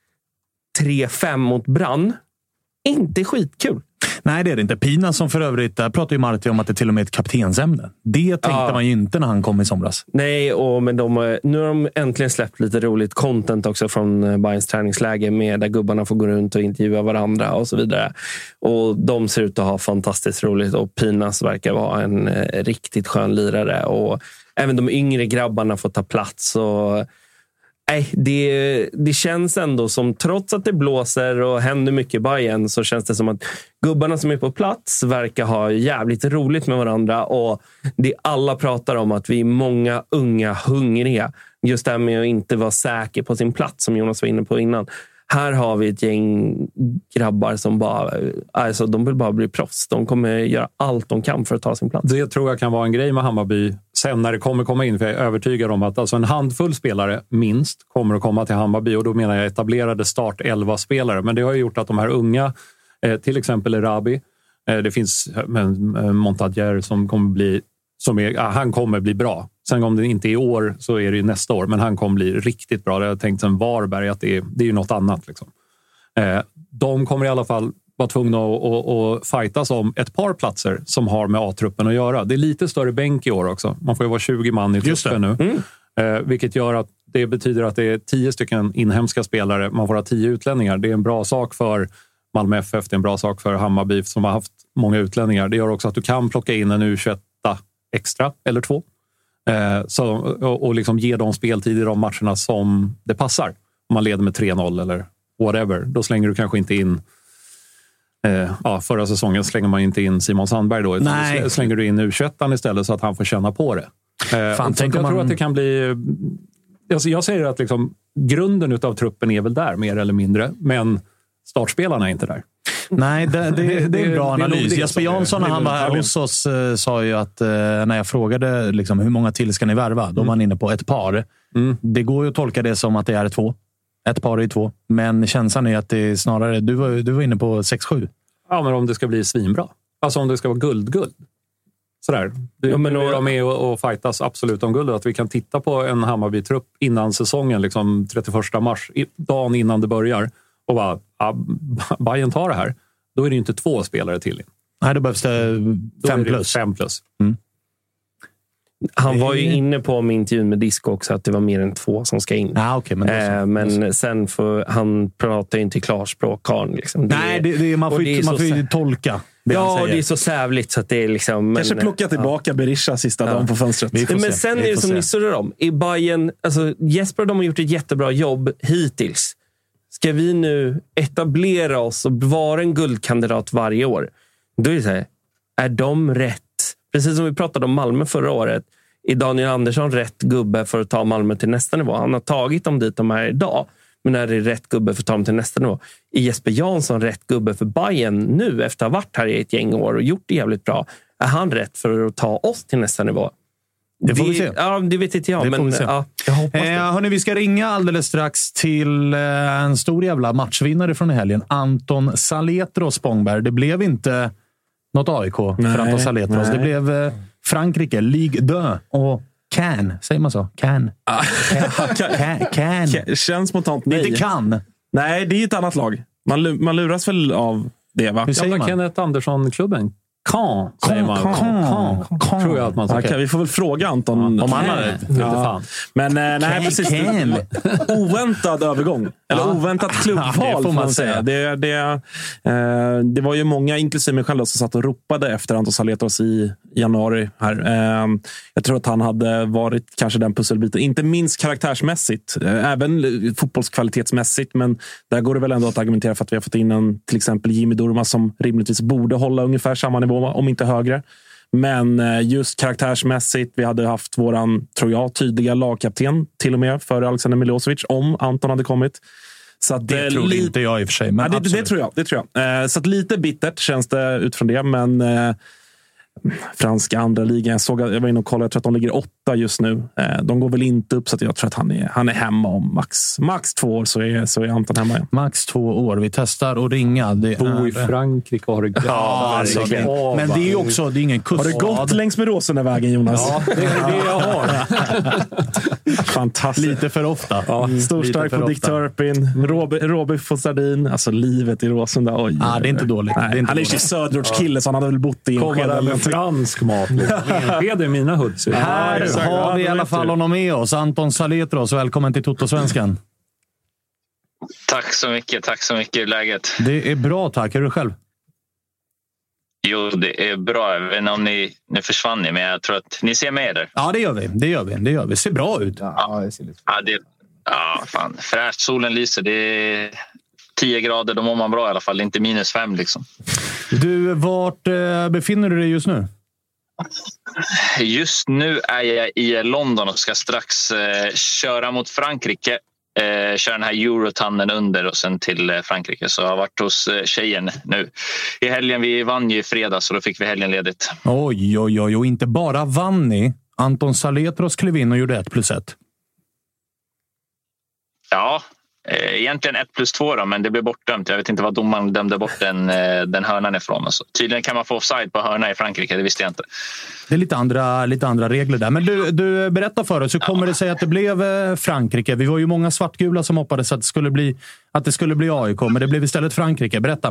tre fem mot Brann, inte skitkul. Nej, det är det inte. Pina som för övrigt, där pratar ju Marti om att det till och med är ett kaptensämne. Det tänkte ja. man ju inte när han kom i somras. Nej, och men de, nu har de äntligen släppt lite roligt content också från Bayerns träningsläge med där gubbarna får gå runt och intervjua varandra och så vidare. Och de ser ut att ha fantastiskt roligt och Pinas verkar vara en eh, riktigt skön lirare och även de yngre grabbarna får ta plats och nej, det, det känns ändå som, trots att det blåser och händer mycket i Bayern, så känns det som att gubbarna som är på plats verkar ha jävligt roligt med varandra och det alla pratar om att vi är många unga hungriga. Just det här med att inte vara säker på sin plats som Jonas var inne på innan. Här har vi ett gäng grabbar som bara, alltså de vill bara bli proffs. De kommer göra allt de kan för att ta sin plats. Det tror jag kan vara en grej med Hammarby sen när det kommer komma in. För jag är övertygad om att alltså en handfull spelare minst kommer att komma till Hammarby. Och då menar jag etablerade start elva spelare. Men det har ju gjort att de här unga, eh, till exempel Erabi. Eh, det finns eh, Montagier som kommer bli, som är, ah, han kommer bli bra. Sen om det inte är i år så är det ju nästa år. Men han kommer bli riktigt bra. Det har jag tänkt sen Varberg att det är, det är ju något annat. Liksom. Eh, de kommer i alla fall vara tvungna att, att, att fightas om ett par platser som har med A-truppen att göra. Det är lite större bänk i år också. Man får ju vara tjugo man i truppen nu. Mm. Eh, vilket gör att det betyder att det är tio stycken inhemska spelare. Man får ha tio utlänningar. Det är en bra sak för Malmö F F. Det är en bra sak för Hammarby som har haft många utlänningar. Det gör också att du kan plocka in en U tjugoett extra eller två. Eh, så, och, och liksom ge dem speltid i de matcherna som det passar. Om man leder med tre noll eller whatever. Då slänger du kanske inte in eh, ja, förra säsongen slänger man inte in Simon Sandberg då. Nej. Då slänger du in U tjugoett istället så att han får känna på det. Eh, Fan, jag man... tror att det kan bli... Alltså jag säger att liksom, grunden utav truppen är väl där mer eller mindre. Men startspelarna är inte där. Nej, det, det, det är en bra analys. Jesper Jansson när han var här hos oss uh, sa ju att uh, när jag frågade liksom, hur många till ska ni värva? Då var man inne på ett par. Mm. Det går ju att tolka det som att det är två. Ett par är två. Men känslan är att det är snarare... Du var, du var inne på sex sju. Ja, men om det ska bli svinbra. Alltså om det ska vara guld-guld. sådär. Det, ja, men vi är med och, och fightas absolut om guldet. Att vi kan titta på en Hammarby-trupp innan säsongen, liksom trettioförsta mars, dagen innan det börjar, och bara, ja, Bayern tar det här. Då är det ju inte två spelare till. Nej, då behövs det fem plus. Fem plus. Mm. Han var ju inne på min intervju med Disco också att det var mer än två som ska in. Ah, okay, men eh, men sen för han pratar ju inte klarspråk, Karn. Liksom. Nej, det, det, man får ju man får ju tolka. Det ja, det är så sävligt så att det är liksom... Kanske men, plocka tillbaka ja. Berisha sista ja. dagen på fönstret. Men se. sen är det som ni surrar om. I Bayern, alltså Jesper och de har gjort ett jättebra jobb hittills. Ska vi nu etablera oss och vara en guldkandidat varje år? Då är det så här, är de rätt? Precis som vi pratade om Malmö förra året. Är Daniel Andersson rätt gubbe för att ta Malmö till nästa nivå? Han har tagit dem dit de är idag. Men är det rätt gubbe för att ta dem till nästa nivå? Är Jesper Jansson rätt gubbe för Bayern nu efter att ha varit här i ett gäng år och gjort det jävligt bra? Är han rätt för att ta oss till nästa nivå? Det får vi se. Ja, det vet inte jag. Det men, ja, jag hoppas det. Eh, hörni, vi ska ringa alldeles strax till eh, en stor jävla matchvinnare från i helgen. Anton Saletros, Spångberg. Det blev inte något A I K nej, för Anton Saletros. Nej. Det blev eh, Frankrike, Ligue deux och Cannes. Säger man så? Cannes. Cannes. Cannes. Känns spontant nej. Det inte kan. Nej, det är ett annat lag. Man, man luras väl av det, va? Hur säger man? Kenneth Andersson-klubben. Kan, säger man. Kan, kan, kan. Tror jag att man säger. Okay, vi får väl fråga Anton. Ja, om han hade det. Ja. Men nej, kan, precis. Kan. Oväntad övergång. Eller ja. oväntat klubbval, ja, får man säga. Det, det, eh, det var ju många, inklusive mig själv, som satt och ropade efter Anton Saletros i januari här. Eh, jag tror att han hade varit kanske den pusselbiten. Inte minst karaktärsmässigt. Eh, även fotbollskvalitetsmässigt. Men där går det väl ändå att argumentera för att vi har fått in en, till exempel Jimmy Durmaz, som rimligtvis borde hålla ungefär samma nivå, om inte högre. Men just karaktärsmässigt, vi hade haft våran, tror jag, tydliga lagkapten till och med för Alexander Milosevic om Anton hade kommit. Så att, det tror li- inte jag i och för sig. Men ja, det, det tror jag. Det tror jag. Eh, så att lite bittert känns det utifrån det, men eh, franska andra ligan, jag såg, jag var inne och kollade, jag tror att de ligger åtta just nu. Eh, de går väl inte upp, så att jag tror att han är, han är hemma om max, max två år, så är, så är Anton hemma igen. Max två år, vi testar att ringa. Det Bo är... i Frankrike har det ja, alltså, det, men det är ju också, det är ingen kust. Har du gått längs med Råsenvägen, Jonas? Ja, det är det jag har. Fantastiskt. Lite för ofta. Ja, storstark på Dick Turpin, Robby Fossardin, alltså livet i Råsunda. Oj, ah, det är inte dåligt. Nej, det är inte han är ju söderortskille, så han hade väl bott i en sked. Fransk mat. Är det mina hoods? Här har vi i alla fall honom med oss. Anton Saletros, välkommen till Toto-svenskan. Tack så mycket, tack så mycket. Läget? Det är bra, tack. Är du själv? Jo, det är bra. Jag vet inte om ni, nu försvann ni, men jag tror att ni ser med er. Ja, det gör vi. Det gör vi. Det gör vi. Ser bra ut. Ja, det ser lite. Ja, det, ja, fan. Fräscht, solen lyser. Det är tio grader, då mår man bra i alla fall. Inte minus fem liksom. Du, vart eh, befinner du dig just nu? Just nu är jag i London och ska strax eh, köra mot Frankrike. Eh, köra den här Eurotunneln under och sen till eh, Frankrike. Så jag har varit hos eh, tjejen nu. I helgen, vi vann ju i fredags, så då fick vi helgen ledigt. Oj, oj, oj. Och inte bara vann ni. Anton Saletros klev in och gjorde ett plus ett. Ja, eh, egentligen ett plus två då, men det blev bortdömt. Jag vet inte vad domaren dömde bort den, eh, den hörnan ifrån. Alltså, tydligen kan man få offside på hörna i Frankrike, det visste jag inte. Det är lite andra, lite andra regler där. Men du, du berättar för oss, hur kommer ja. det sig att det blev Frankrike? Vi var ju många svartgula som hoppades att det skulle bli, att det skulle bli A I K, men det blev istället Frankrike. Berätta.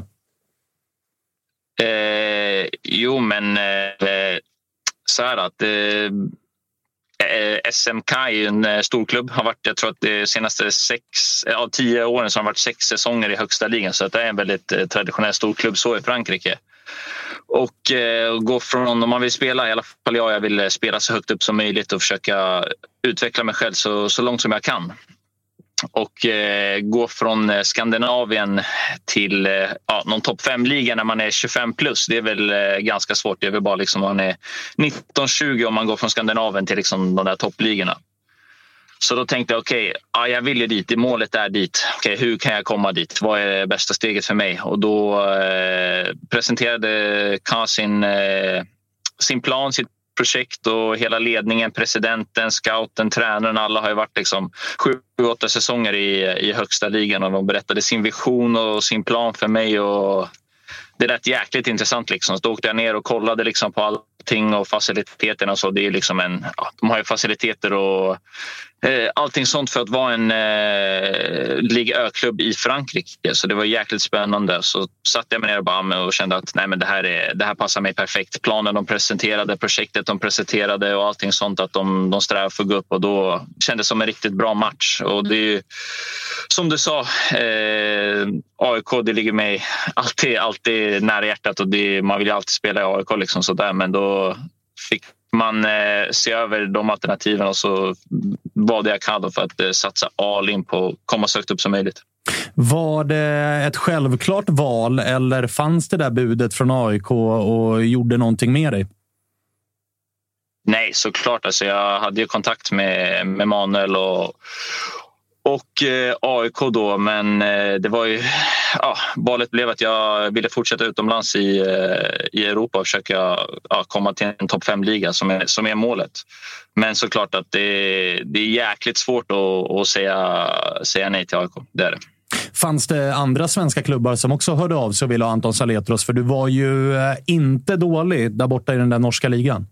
Eh, jo, men eh, så här att eh, S M K är en storklubb. Har varit, jag tror att de senaste sex av tio åren så har det varit sex säsonger i högsta ligan. Så att det är en väldigt eh, traditionell storklubb så i Frankrike. Och eh, gå från, om man vill spela, i alla fall jag, jag vill spela så högt upp som möjligt och försöka utveckla mig själv så, så långt som jag kan. Och eh, gå från Skandinavien till eh, ja, någon topp fem-liga när man är tjugofem plus. Det är väl eh, ganska svårt. Det är väl bara liksom man är nitton tjugo om man går från Skandinavien till liksom de där toppligorna. Så då tänkte jag, okej, okay, ja, jag vill ju dit. Målet är dit. Okej, okay, hur kan jag komma dit? Vad är det bästa steget för mig? Och då eh, presenterade Kahn sin, eh, sin plan, sitt projekt och hela ledningen, presidenten, scouten, tränaren, alla har ju varit liksom sju, åtta säsonger i, i högsta ligan och de berättade sin vision och sin plan för mig och det lät jäkligt intressant. Liksom. Så då åkte jag ner och kollade liksom på allting och faciliteterna. Och så. Det är liksom en, ja, de har ju faciliteter och eh, allting sånt för att vara en eh, Ligue Ö-klubb i Frankrike. Så det var jäkligt spännande. Så satt jag mig ner och, bara och kände att nej, men det, här är, det här passar mig perfekt. Planen de presenterade, projektet de presenterade och allting sånt, att de, de strävar för att gå upp. Och då kändes det som en riktigt bra match. Och det är ju, som du sa, eh, A I K, det ligger mig alltid, alltid nära hjärtat. Och det, man vill ju alltid spela i A I K liksom sådär. Men då fick man eh, se över de alternativen och så var det jag kan för att eh, satsa all in på att komma så högt upp som möjligt. Var det ett självklart val eller fanns det där budet från A I K och gjorde någonting med dig? Nej, såklart. Alltså, jag hade ju kontakt med, med Manuel och, och eh, A I K då, men eh, det var ju, ja, valet blev att jag ville fortsätta utomlands i, eh, i Europa och försöka ja, komma till en topp fem-liga som är, som är målet. Men såklart att det, det är jäkligt svårt att, att säga, säga nej till A I K. Det är det. Fanns det andra svenska klubbar som också hörde av sig och ville ha Anton Saletros? För du var ju inte dålig där borta i den där norska ligan.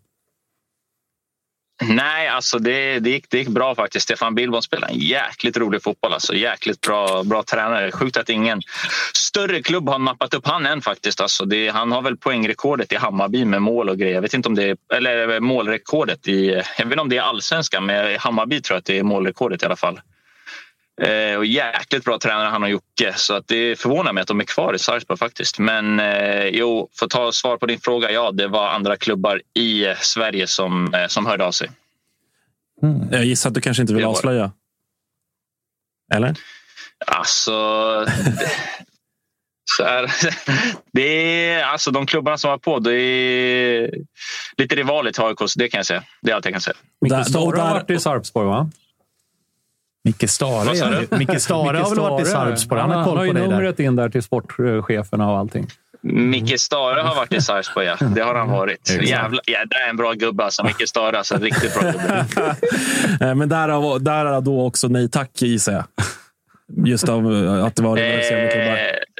Nej, alltså det, det, gick, det gick bra faktiskt. Stefan Billborn spelade en jäkligt rolig fotboll. Alltså jäkligt bra, bra tränare. Sjukt att ingen större klubb har nappat upp han än faktiskt. Alltså det, han har väl poängrekordet i Hammarby med mål och grejer. Jag vet inte om det är, eller målrekordet i, jag vet inte om det är allsvenskan, men i Hammarby tror jag att det är målrekordet i alla fall. Eh, och jäkligt bra tränare han och Jocke, så att det förvånar mig att de är kvar i Sarpsborg faktiskt. Men eh, jo, för att ta svar på din fråga, ja, det var andra klubbar i Sverige som, eh, som hörde av sig. Mm. Jag gissar att du kanske inte vill avslöja. Eller? Alltså det, så är, det är alltså de klubbarna som var på, det är lite rivaligt till A I K, det kan jag säga. Det är allt jag kan säga. Micke Stare har varit i Sarpsborg, va? Micke Stare, ja. Micke Stare har väl varit i Sarpsborg. Han har koll på dig där. Han har ju numret in där till sportcheferna och allting. Micke Stare har varit i Sarpsborg, ja. Det har han varit. Jävla, ja, det är en bra gubbe alltså. Micke Stare, alltså en riktigt bra gubbe. Men där, där är då också nej tack i sig. Just av att det var rivaliserande klubbar.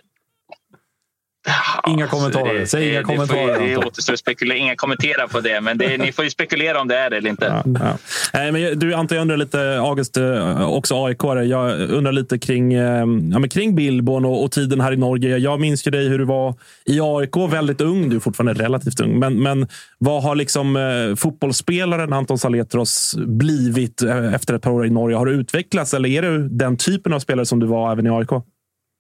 Inga kommentarer. Det, Säg det, inga det kommentarer. Får, det återstår spekulera. Inga kommentarer på det, men det, ni får ju spekulera om det är det eller inte. Ja, ja. Nej, men du, Anton, jag undrar lite, August, också A I K. Jag undrar lite kring, ja, men kring Billborn och, och tiden här i Norge. Jag minns ju dig hur du var i A I K, väldigt ung. Du är fortfarande relativt ung. Men, men vad har liksom eh, fotbollsspelaren Anton Saletros blivit eh, efter ett par år i Norge? Har du utvecklats eller är du den typen av spelare som du var även i A I K?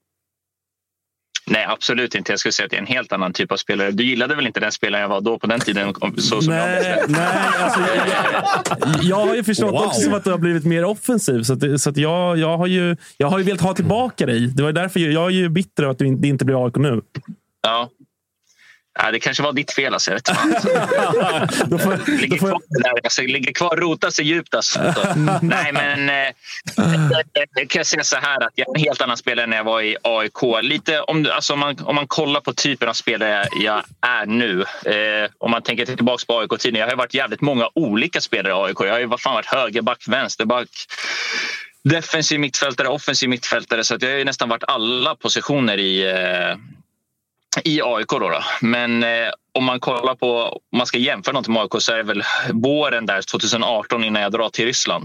Nej, absolut inte. Jag skulle säga att det är en helt annan typ av spelare. Du gillade väl inte den spelaren jag var då på den tiden? Så som nej, jag nej alltså, jag, jag har ju förstått wow. också som att du har blivit mer offensiv. Så, att, så att jag, jag, har ju, jag har ju velat ha tillbaka dig. Det var därför jag, jag är ju bitter att du, det inte blir A I K nu. Ja. Ja, det kanske var ditt fel, alltså. Jag vet inte. då får, ligger, då får jag... kvar där, alltså, ligger kvar och rotar sig djupt. Alltså. Nej, men eh, jag kan säga så här att jag är en helt annan spelare när jag var i A I K. Lite om, alltså, om, man, om man kollar på typen av spelare jag är nu. Eh, om man tänker tillbaka på A I K-tiden. Jag har ju varit jävligt många olika spelare i A I K. Jag har ju fan varit högerback, vänsterback, defensiv mittfältare, offensiv mittfältare. Så att jag har ju nästan varit alla positioner i... Eh, I A I K då, då. Men eh, om man kollar på, om man ska jämföra något med A I K så är det väl våren där tjugo arton innan jag drar till Ryssland.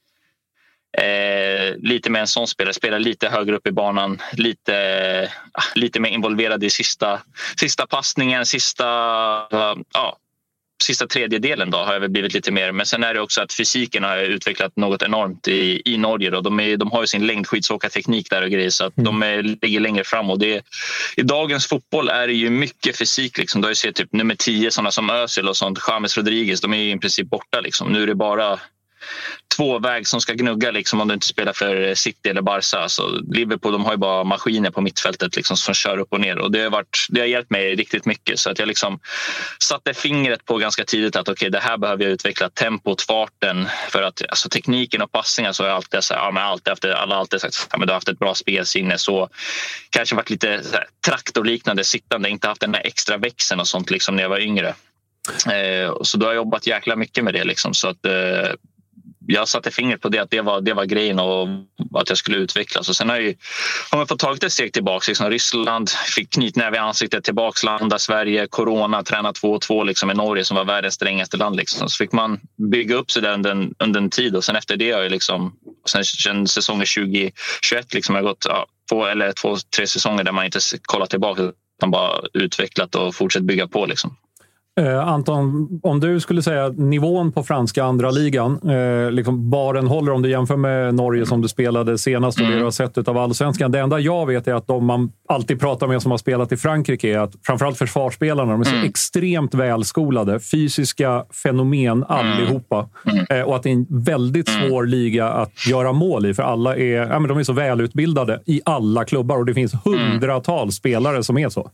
Eh, lite med en sån spelare, spelar lite högre upp i banan, lite, eh, lite mer involverad i sista, sista passningen, sista, uh, ja, sista tredjedelen då har jag väl blivit lite mer. Men sen är det också att fysiken har utvecklat något enormt i, i Norge. Då. De, är, de har ju sin längdskidsåkarteknik där och grejer så att mm. de är, ligger längre fram. Och det, i dagens fotboll är det ju mycket fysik. Liksom. Du har ju sett typ nummer tio, sådana som Özil och sånt, James Rodriguez, de är ju i princip borta. Liksom. Nu är det bara två väg som ska gnugga liksom, om du inte spelar för City eller Barca. Så Liverpool, de har ju bara maskiner på mittfältet liksom, som kör upp och ner. Och det har, varit, det har hjälpt mig riktigt mycket. Så att jag liksom satte fingret på ganska tidigt att okay, det här behöver jag utveckla, tempot, farten. För att alltså, tekniken och passningar så har jag alltid sagt, ja, men alltid haft, alla har alltid sagt ja, men du har haft ett bra spelsinne. Så kanske varit lite så här, traktorliknande sittande, inte haft den där extra växeln och sånt liksom, när jag var yngre. Eh, så då har jag jobbat jäkla mycket med det. Liksom, så att... Eh, jag satte fingret på det, att det var, det var grejen och att jag skulle utvecklas. Och sen har, jag, har man fått tagit ett steg tillbaka. Liksom Ryssland fick knytnäve i ansiktet, tillbaka landa Sverige, corona, träna två två liksom i Norge som var världens strängaste land. Liksom. Så fick man bygga upp sig där under, under en tid och sen efter det har jag liksom, sen, sen säsongen tjugo tjugoett liksom har gått ja, två eller två, tre säsonger där man inte kollat tillbaka utan bara utvecklat och fortsatt bygga på liksom. Eh, Anton, om du skulle säga nivån på franska andra ligan, eh, liksom var den håller om du jämför med Norge som du spelade senast och det du har sett av allsvenskan. Det enda jag vet är att de man alltid pratar med som har spelat i Frankrike är att framförallt försvarsspelarna, de är så mm. extremt välskolade, fysiska fenomen allihopa. Mm. Eh, och att det är en väldigt svår liga att göra mål i för alla är, ja, men de är så välutbildade i alla klubbar och det finns hundratals mm. spelare som är så.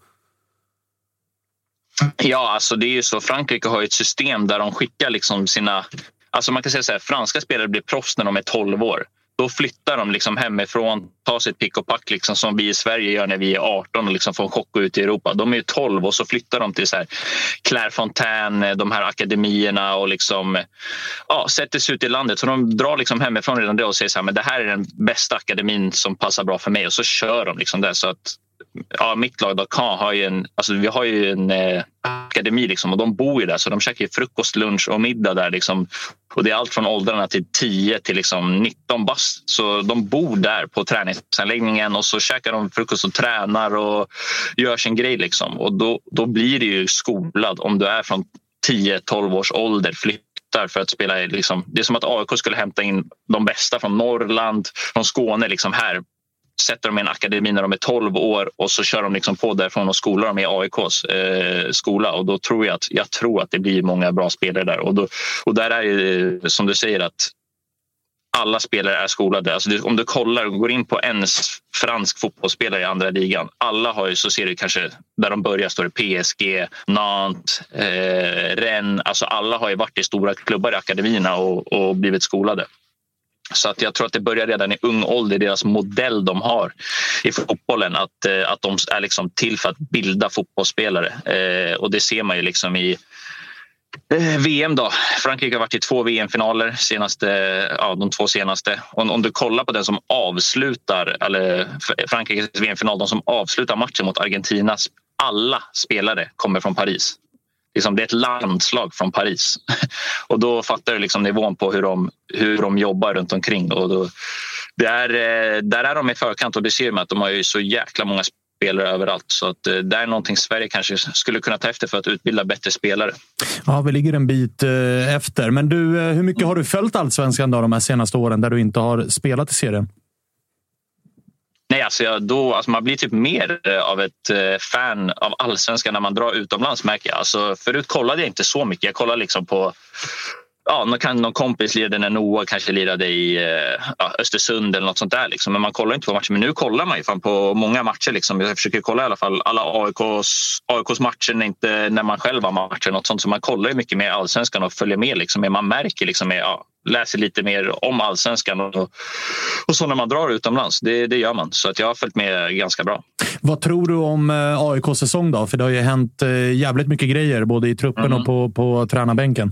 Ja, alltså det är ju så. Frankrike har ju ett system där de skickar liksom sina... Alltså man kan säga så här, franska spelare blir proffs när de är tolv år. Då flyttar de liksom hemifrån, tar sitt pick och pack liksom som vi i Sverige gör när vi är arton och liksom får en chock ut i Europa. De är ju tolv och så flyttar de till så här Clairefontaine, de här akademierna och liksom ja, sätter sig ut i landet. Så de drar liksom hemifrån redan det och säger så här, men det här är den bästa akademin som passar bra för mig och så kör de liksom det så att ja, mitt lag då kan har ju en, alltså vi har ju en eh, akademi liksom och de bor ju där så de käkar ju frukost, lunch och middag där liksom och det är allt från åldrarna till tio till liksom nitton bast så de bor där på träningsanläggningen och så käkar de frukost och tränar och gör sin grej liksom och då, då blir det ju skolad om du är från tio tolv års ålder flyttar för att spela liksom, det är som att A I K skulle hämta in de bästa från Norrland, från Skåne liksom här sätter de i en akademi när de är tolv år och så kör de liksom på därifrån och skolar dem i A I K:s eh, skola och då tror jag att jag tror att det blir många bra spelare där och, då, och där är det som du säger att alla spelare är skolade. Alltså det, om du kollar och går in på en fransk fotbollsspelare i andra ligan, alla har ju, så ser du kanske där de börjar står det P S G, Nantes, eh, Rennes, alltså alla har ju varit i stora klubbar i akademierna och, och blivit skolade. Så att jag tror att det börjar redan i ung ålder, deras modell de har i fotbollen, att, att de är liksom till för att bilda fotbollsspelare. Eh, och det ser man ju liksom i eh, V M då. Frankrike har varit i två V M-finaler, senaste, ja, de två senaste. Och om du kollar på den som avslutar, eller Frankrikes V M-final, de som avslutar matchen mot Argentinas, alla spelare kommer från Paris. Liksom, det är ett landslag från Paris. Och då fattar du liksom nivån på hur de, hur de jobbar runt omkring. Och då, det är, där är de i förkant och det ser man att de har ju så jäkla många spelare överallt. Så att det är någonting Sverige kanske skulle kunna ta efter för att utbilda bättre spelare. Ja, vi ligger en bit efter. Men du, hur mycket har du följt Allsvenskan då de här senaste åren där du inte har spelat i serien? Nej, alltså, jag, då, alltså man blir typ mer av ett eh, fan av Allsvenskan när man drar utomlands, märker jag. Alltså, förut kollade jag inte så mycket. Jag kollade liksom på... Ja, någon, kan, någon kompis lirade när Noah kanske lirade i eh, ja, Östersund eller något sånt där. Liksom. Men man kollar inte på matcher. Men nu kollar man ju fan på många matcher. Liksom. Jag försöker kolla i alla fall alla A I K:s, A I K:s matcher, inte när man själv har matcher. Något sånt. Så man kollar ju mycket mer Allsvenskan och följer med. Liksom. Man märker liksom, ja, läser lite mer om Allsvenskan och, och så när man drar utomlands. Det, det gör man. Så att jag har följt med ganska bra. Vad tror du om A I K:s säsong då? För det har ju hänt jävligt mycket grejer både i truppen mm. och på, på tränarbänken.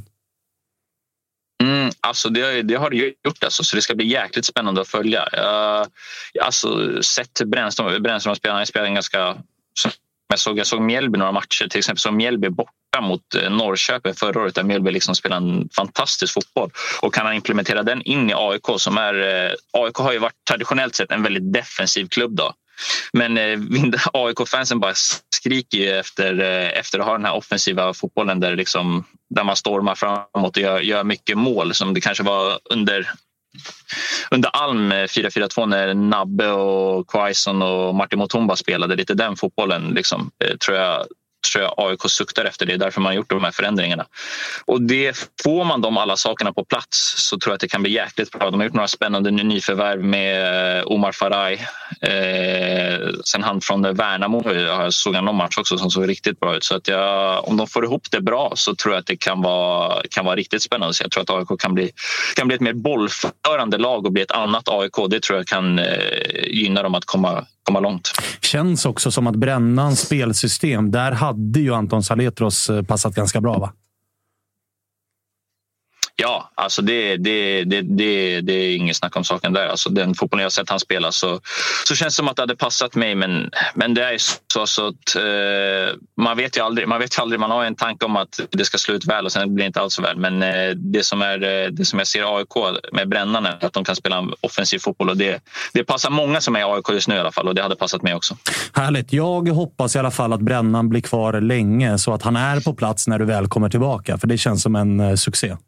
Mm, alltså det, det har det ju gjort alltså, så det ska bli jäkligt spännande att följa. Uh, alltså sett Brännström, Brännström spelar, han spelar en ganska... Jag såg, jag såg Mjällby några matcher, till exempel som Mjällby borta mot Norrköping förra året där Mjällby liksom spelar en fantastisk fotboll och kan han implementera den in i A I K som är... A I K har ju varit traditionellt sett en väldigt defensiv klubb då. Men eh, A I K-fansen bara skriker ju efter, eh, efter att ha den här offensiva fotbollen där, liksom, där man stormar framåt och gör, gör mycket mål som det kanske var under, under Alm fyra fyra två när Nabbe och Quaison och Martin Mutumba spelade. Lite den fotbollen liksom, eh, tror jag tror jag A I K suktar efter. Det är därför man har gjort de här förändringarna. Och det, får man de alla sakerna på plats så tror jag att det kan bli jäkligt bra. De har gjort några spännande nyförvärv med Omar Faraj. Eh, sen han från Värnamo, jag såg någon match också som såg riktigt bra ut. Så att jag, om de får ihop det bra så tror jag att det kan vara, kan vara riktigt spännande. Så jag tror att A I K kan bli, kan bli ett mer bollförande lag och bli ett annat A I K. Det tror jag kan eh, gynna dem att komma komma långt. Känns också som att Brännans spelsystem, där hade ju Anton Saletros passat ganska bra, va? Ja, alltså det, det, det, det, det är ingen snack om saken där. Alltså den fotbollen jag har sett han spela så, så känns det som att det hade passat mig. Men, men det är så, så att eh, man vet ju aldrig. Man vet ju aldrig. Man har en tanke om att det ska sluta väl och sen blir det inte alls så väl. Men eh, det, som är, det som jag ser i A I K med Brännan är att de kan spela en offensiv fotboll. Och det, det passar många som är i A I K just nu i alla fall. Och det hade passat mig också. Härligt. Jag hoppas i alla fall att Brännan blir kvar länge så att han är på plats när du väl kommer tillbaka. För det känns som en eh, succé.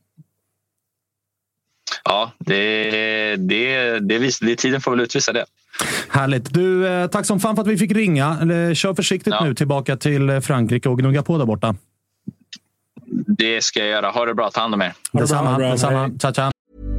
Ja, det, det, det, vis, det tiden får väl utvisa det. Härligt. Du, eh, tack som fan för att vi fick ringa. Kör försiktigt ja. nu tillbaka till Frankrike och gnugga på där borta. Det ska jag göra. Ha det bra. Ta hand om er. Detsamma. Detsamma. Ciao, ciao.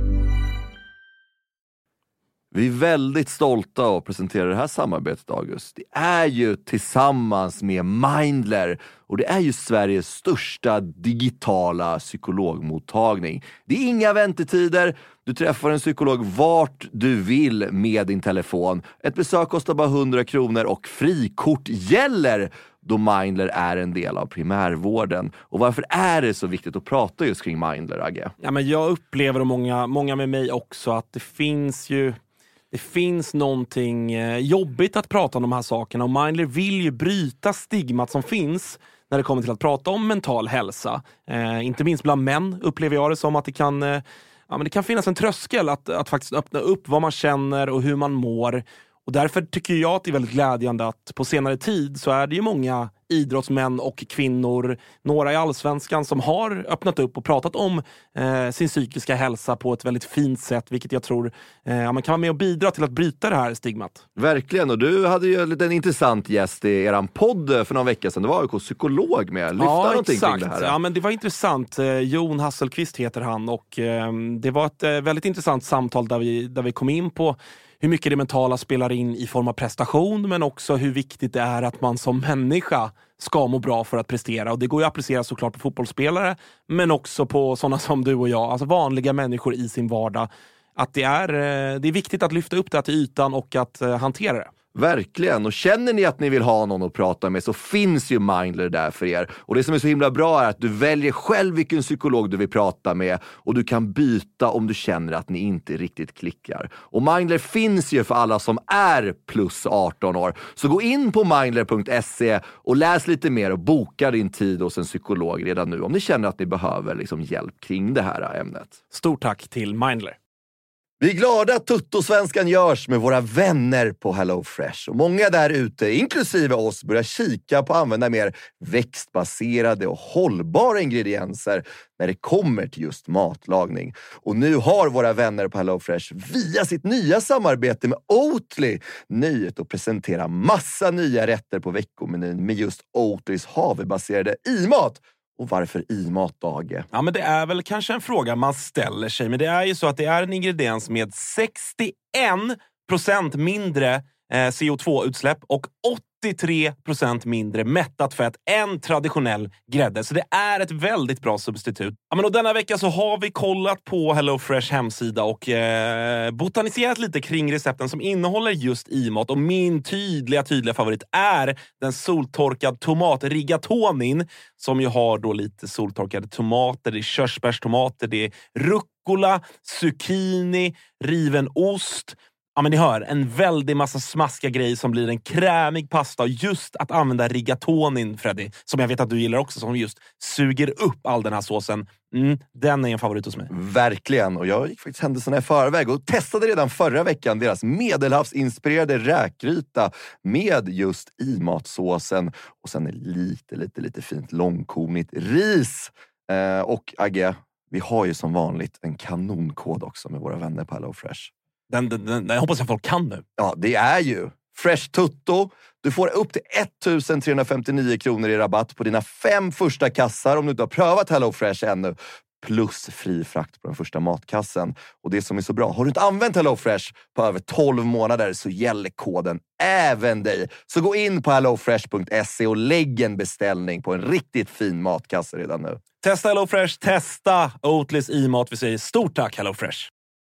Vi är väldigt stolta att presentera det här samarbetet, August. Det är ju tillsammans med Mindler och det är ju Sveriges största digitala psykologmottagning. Det är inga väntetider. Du träffar en psykolog vart du vill med din telefon. Ett besök kostar bara hundra kronor och frikort gäller då Mindler är en del av primärvården. Och varför är det så viktigt att prata just kring Mindler, Agge? Ja, men jag upplever och många, många med mig också att det finns ju Det finns någonting jobbigt att prata om de här sakerna och Mindler vill ju bryta stigmat som finns när det kommer till att prata om mental hälsa. Eh, inte minst bland män upplever jag det som att det kan, eh, ja, men det kan finnas en tröskel att, att faktiskt öppna upp vad man känner och hur man mår. Och därför tycker jag att det är väldigt glädjande att på senare tid så är det ju många idrottsmän och kvinnor, några i Allsvenskan som har öppnat upp och pratat om eh, sin psykiska hälsa på ett väldigt fint sätt, vilket jag tror eh, man kan vara med och bidra till att bryta det här stigmat. Verkligen, och du hade ju lite en intressant gäst i eran podd för några veckor sedan. Det var ju psykolog med. Lyfta ja, någonting exakt. Kring det här. Ja, men det var intressant. Eh, Jon Hasselqvist heter han och eh, det var ett eh, väldigt intressant samtal där vi, där vi kom in på hur mycket det mentala spelar in i form av prestation, men också hur viktigt det är att man som människa ska må bra för att prestera. Och det går ju att applicera såklart på fotbollsspelare, men också på sådana som du och jag, alltså vanliga människor i sin vardag. Att det är, det är viktigt att lyfta upp det till ytan och att hantera det. Verkligen, och känner ni att ni vill ha någon att prata med så finns ju Mindler där för er. Och det som är så himla bra är att du väljer själv vilken psykolog du vill prata med och du kan byta om du känner att ni inte riktigt klickar. Och Mindler finns ju för alla som är plus arton år. Så gå in på mindler punkt se och läs lite mer och boka din tid hos en psykolog redan nu om ni känner att ni behöver liksom hjälp kring det här ämnet. Stort tack till Mindler. Vi är glada att Tuttosvenskan görs med våra vänner på HelloFresh. Och många där ute, inklusive oss, börjar kika på att använda mer växtbaserade och hållbara ingredienser när det kommer till just matlagning. Och nu har våra vänner på HelloFresh via sitt nya samarbete med Oatly nöjet att presentera massa nya rätter på veckomenyn med just Oatlys havrebaserade i-mat. Och varför i-mat, Dage? Ja, men det är väl kanske en fråga man ställer sig. Men det är ju så att det är en ingrediens med sextioen procent mindre eh, C O två utsläpp och åttiotre procent mindre mättat fett än traditionell grädde. Så det är ett väldigt bra substitut. Ja, men och denna vecka så har vi kollat på HelloFresh hemsida och eh, botaniserat lite kring recepten som innehåller just i-mat. Och min tydliga, tydliga favorit är den soltorkad tomat rigatonin som ju har då lite soltorkade tomater, det är körsbärstomater, det är rucola, zucchini, riven ost. Ja, men ni hör, en väldig massa smaskiga grejer som blir en krämig pasta. Och just att använda rigatonin, Freddy, som jag vet att du gillar också, som just suger upp all den här såsen. Mm, den är en favorit hos mig. Verkligen, och jag gick faktiskt händelserna i förväg och testade redan förra veckan deras medelhavsinspirerade räkgryta med just i-matsåsen. Och sen är lite, lite, lite fint långkornigt ris. Eh, och Agge, vi har ju som vanligt en kanonkod också med våra vänner på HelloFresh. Den, den, den, jag hoppas att folk kan nu. Ja, det är ju Fresh Tutto. Du får upp till ettusen trehundrafemtionio kronor i rabatt på dina fem första kassar om du inte har prövat HelloFresh ännu. Plus fri frakt på den första matkassen. Och det som är så bra, har du inte använt HelloFresh på över tolv månader så gäller koden även dig. Så gå in på hellofresh punkt se och lägg en beställning på en riktigt fin matkasse redan nu. Testa HelloFresh, testa Oatlys i-mat. Vi säger stort tack HelloFresh.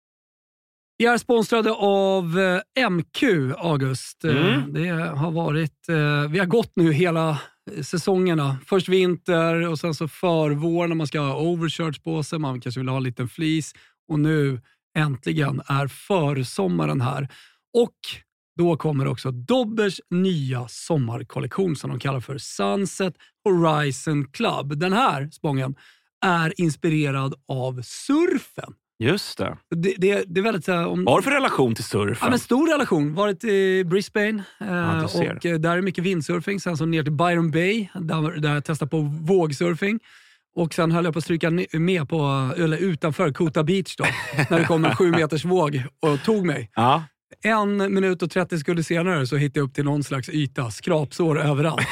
Vi är sponsrade av M Q, August. Mm. Det har varit, vi har gått nu hela säsongerna. Först vinter och sen så förvår när man ska ha overshirts på sig. Man kanske vill ha en liten fleece. Och nu äntligen är försommaren här. Och då kommer också Dobbers nya sommarkollektion som de kallar för Sunset Horizon Club. Den här spången är inspirerad av surfen. Just det. Det, det, det är väldigt... Om, Vad har du för relation till surfen? Ja, men stor relation. Varit i Brisbane eh, Ja, och eh, där är mycket vindsurfing. Sen så ner till Byron Bay där, där jag testade på vågsurfing. Och sen höll jag på att stryka med på, eller utanför Kota Beach då. När det kom en sju meters våg och tog mig. Ja. En minut och trettio sekunder senare så hittade jag upp till någon slags yta. Skrapsår överallt.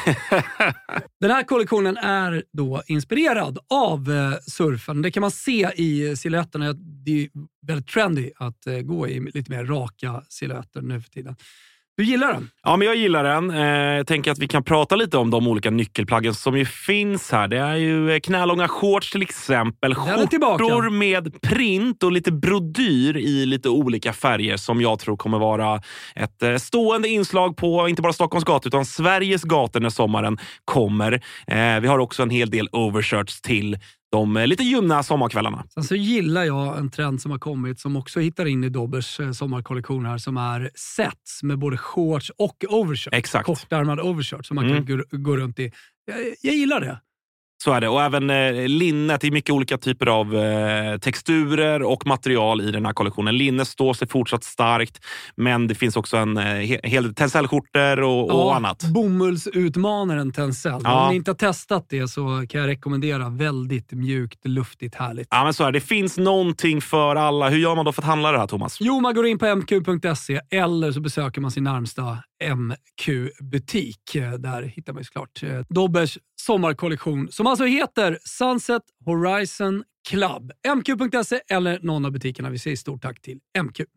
Den här kollektionen är då inspirerad av eh, surfen. Det kan man se i silhuetterna. Det är väldigt trendy att eh, gå i lite mer raka silhuetter nu för tiden. Du gillar den? Ja, men jag gillar den. Eh, jag tänker att vi kan prata lite om de olika nyckelplaggen som ju finns här. Det är ju knälånga shorts till exempel. Skjortor med print och lite brodyr i lite olika färger som jag tror kommer vara ett eh, stående inslag på inte bara Stockholms gator utan Sveriges gator när sommaren kommer. Eh, vi har också en hel del overshirts till de eh, lite ljumna sommarkvällarna. Sen så gillar jag en trend som har kommit som också hittar in i Dobbers eh, sommarkollektion här som är sets med både shorts och overshirts. Exakt. Kortärmad overshirts som man Mm. kan gå, gå runt i. Jag, jag gillar det. Så är det. Och även eh, linnet i mycket olika typer av eh, texturer och material i den här kollektionen. Linnet står sig fortsatt starkt, men det finns också en eh, hel del tencellskjortor och, Ja, och annat. Bomullsutmanaren Tencel. Ja. Om ni inte har testat det så kan jag rekommendera väldigt mjukt, luftigt, härligt. Ja, men så är det. Det finns någonting för alla. Hur gör man då för att handla det här, Thomas? Jo, man går in på m q punkt se eller så besöker man sin närmsta M Q-butik. Där hittar man ju såklart eh, Dobbers sommarkollektion som alltså heter Sunset Horizon Club. m q punkt se eller någon av butikerna. Vi säger stort tack till M Q.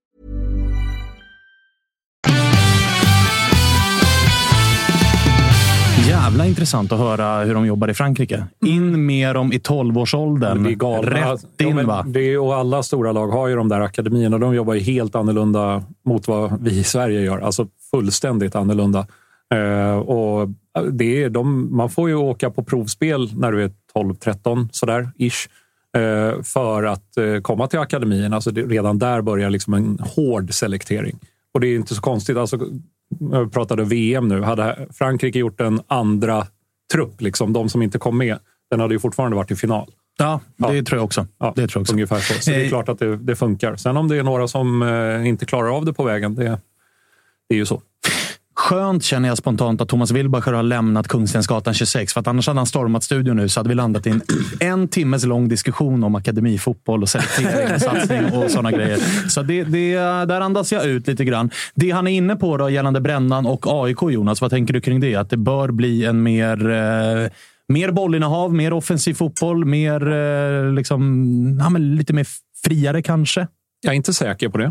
Jävla intressant att höra hur de jobbar i Frankrike. In med dem i tolvårsåldern. Det är galna. Rätt in, ja, va? det är, och alla stora lag har ju de där akademierna. De jobbar ju helt annorlunda mot vad vi i Sverige gör. Alltså fullständigt annorlunda. Uh, och det är de, man får ju åka på provspel när du är tolv tretton sådär, ish. Uh, för att uh, komma till akademin. Alltså det, redan där börjar liksom en hård selektering. Och det är inte så konstigt. Alltså, jag pratade V M nu. Hade Frankrike gjort en andra trupp, liksom, de som inte kom med, den hade ju fortfarande varit i final. Ja, det ja. tror jag också. Ja, det tror jag också. Ungefär så. Så det är klart att det, det funkar. Sen om det är några som uh, inte klarar av det på vägen, det, det är ju så. Skönt känner jag spontant att Thomas Wilbacher har lämnat Kungstensgatan tjugosex. För att annars hade han stormat studion nu så hade vi landat i en, en timmes lång diskussion om akademifotboll och selektering, satsning och sådana grejer. Så det, det, där andas jag ut lite grann. Det han är inne på då gällande Brännan och A I K, Jonas, vad tänker du kring det? Att det bör bli en mer... Eh, mer bollinnehav, mer offensiv fotboll, mer eh, liksom, ja, men lite mer friare kanske? Jag är inte säker på det.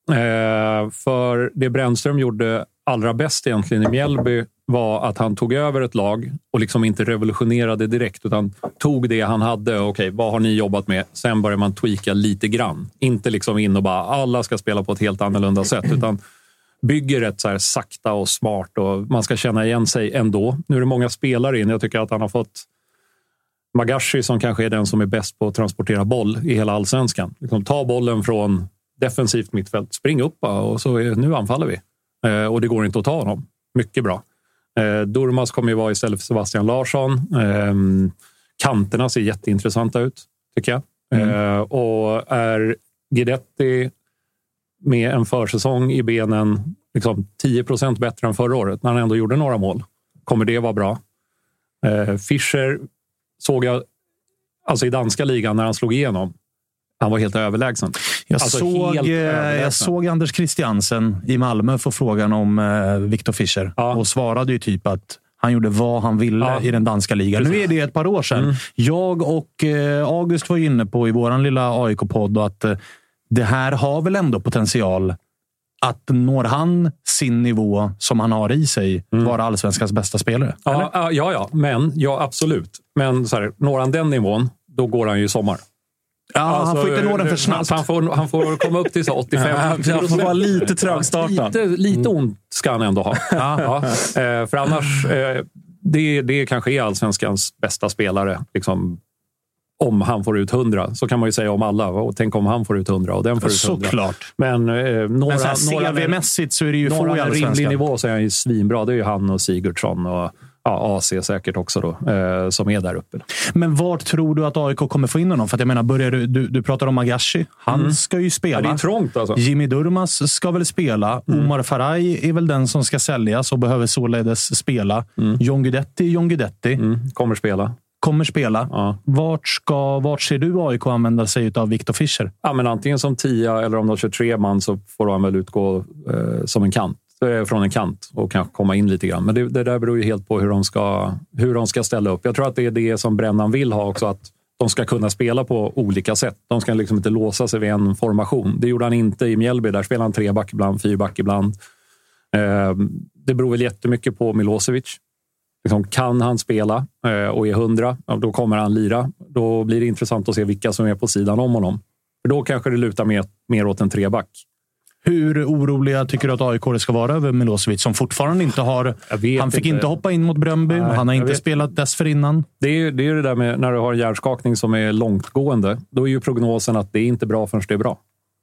Eh, för det Brännström gjorde allra bäst egentligen i Mjällby var att han tog över ett lag och liksom inte revolutionerade direkt utan tog det han hade. Okej, vad har ni jobbat med? Sen börjar man tweaka lite grann. Inte liksom in och bara alla ska spela på ett helt annorlunda sätt utan bygger ett så här sakta och smart och man ska känna igen sig ändå. Nu är det många spelare in. Jag tycker att han har fått Magashi som kanske är den som är bäst på att transportera boll i hela allsvenskan. Liksom, ta bollen från defensivt mittfält, spring upp och så är, nu anfaller vi. Eh, och det går inte att ta honom. Mycket bra. Eh, Durmaz kommer ju vara istället för Sebastian Larsson. Eh, kanterna ser jätteintressanta ut, tycker jag. Mm. Eh, och är Guidetti med en försäsong i benen liksom tio procent bättre än förra året när han ändå gjorde några mål. Kommer det vara bra? Eh, Fischer såg jag alltså i danska ligan när han slog igenom. Han var helt överlägsen. Jag, alltså såg, överlägsen. jag såg Anders Christiansen i Malmö få frågan om eh, Viktor Fischer. Ja. Och svarade ju typ att han gjorde vad han ville ja. i den danska ligan. Precis. Nu är det ett par år sedan. Mm. Jag och eh, August var inne på i våran lilla A I K-podd att eh, det här har väl ändå potential att når han sin nivå som han har i sig mm. vara allsvenskans bästa spelare. Ja, ja, ja, men ja, absolut. Men så här, når han den nivån, då går han ju i sommar. Ja, alltså, han får inte nå den för snabbt. Han får, han får komma upp till så åttiofem. Ja, han får vara lite trögstartad. Lite, lite ont ska han ändå ha. Ja. Ja. Eh, för annars, eh, det, det kanske är allsvenskans bästa spelare. Liksom, om han får ut hundra, så kan man ju säga om alla. Och tänk om han får ut hundra och den får ut hundra. Såklart. Men, eh, några, Men så här, några C V-mässigt så är det ju få i några rimlig allsvenskan. nivå så är han ju svinbra. Det är ju han och Sigurdsson och ja, A C säkert också då, eh, som är där uppe. Men vart tror du att A I K kommer få in honom? För att jag menar, börjar du, du, du pratar om Agashi. Han Mm. ska ju spela. Ja, det är trångt alltså. Jimmy Durmaz ska väl spela. Mm. Omar Faraj är väl den som ska säljas och behöver således spela. Mm. John Guidetti, John Guidetti. Mm. Kommer spela. Kommer spela. Ja. Vart, ska, vart ser du A I K använda sig av Victor Fischer? Ja, men antingen som tia eller om de kör tre man så får han väl utgå eh, som en kant. Från en kant och kanske komma in lite grann. Men det, det där beror ju helt på hur de, ska, hur de ska ställa upp. Jag tror att det är det som Brännan vill ha också, att de ska kunna spela på olika sätt. De ska liksom inte låsa sig vid en formation. Det gjorde han inte i Mjällby. Där spelade han tre back ibland, fyra back ibland. Eh, det beror väl jättemycket på Milosevic. Liksom, kan han spela eh, och är hundra, ja, då kommer han lira. Då blir det intressant att se vilka som är på sidan om honom. För då kanske det lutar mer, mer åt en treback. Hur oroliga tycker du att A I K ska vara över Milosevic som fortfarande inte har... Han fick inte. inte hoppa in mot Bröndby. Nej, han har inte spelat inte. dessförinnan. Det är ju det, är det där med när du har en hjärnskakning som är långtgående. Då är ju prognosen att det är inte bra förrän det är bra.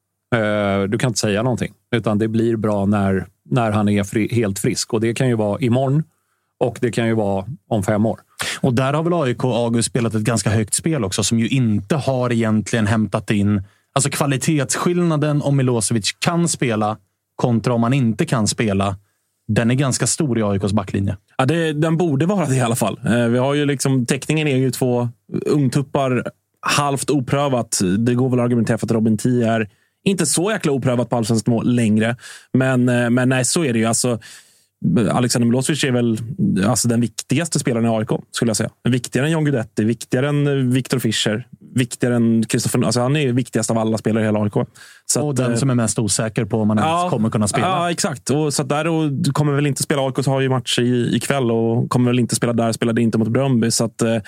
Uh, du kan inte säga någonting. Utan det blir bra när, när han är fri, helt frisk. Och det kan ju vara imorgon. Och det kan ju vara om fem år. Och där har väl A I K August spelat ett ganska högt spel också. Som ju inte har egentligen hämtat in... Alltså kvalitetsskillnaden om Milosevic kan spela kontra om han inte kan spela, den är ganska stor i A I K:s backlinje. Ja, det, den borde vara det i alla fall. Eh, vi har ju liksom, teckningen är ju två ungtuppar, halvt oprövat. Det går väl att argumentera för att Robin Tii är inte så jäkla oprövat på allsvensk nivå längre. Men, eh, men nej, så är det ju. Alltså, Alexander Milosevic är väl alltså, den viktigaste spelaren i A I K, skulle jag säga. Viktigare än John Guidetti, viktigare än Victor Fischer, viktigare än Kristoffer. Alltså, han är viktigast av alla spelare i hela A I K. Så och att, den som är mest osäker på om man ja, ens kommer kunna spela. Ja, exakt. Och så att där och, kommer väl inte spela. A I K har ju match i, ikväll och kommer väl inte spela där. Spelade inte mot Bröndby. Så att eh,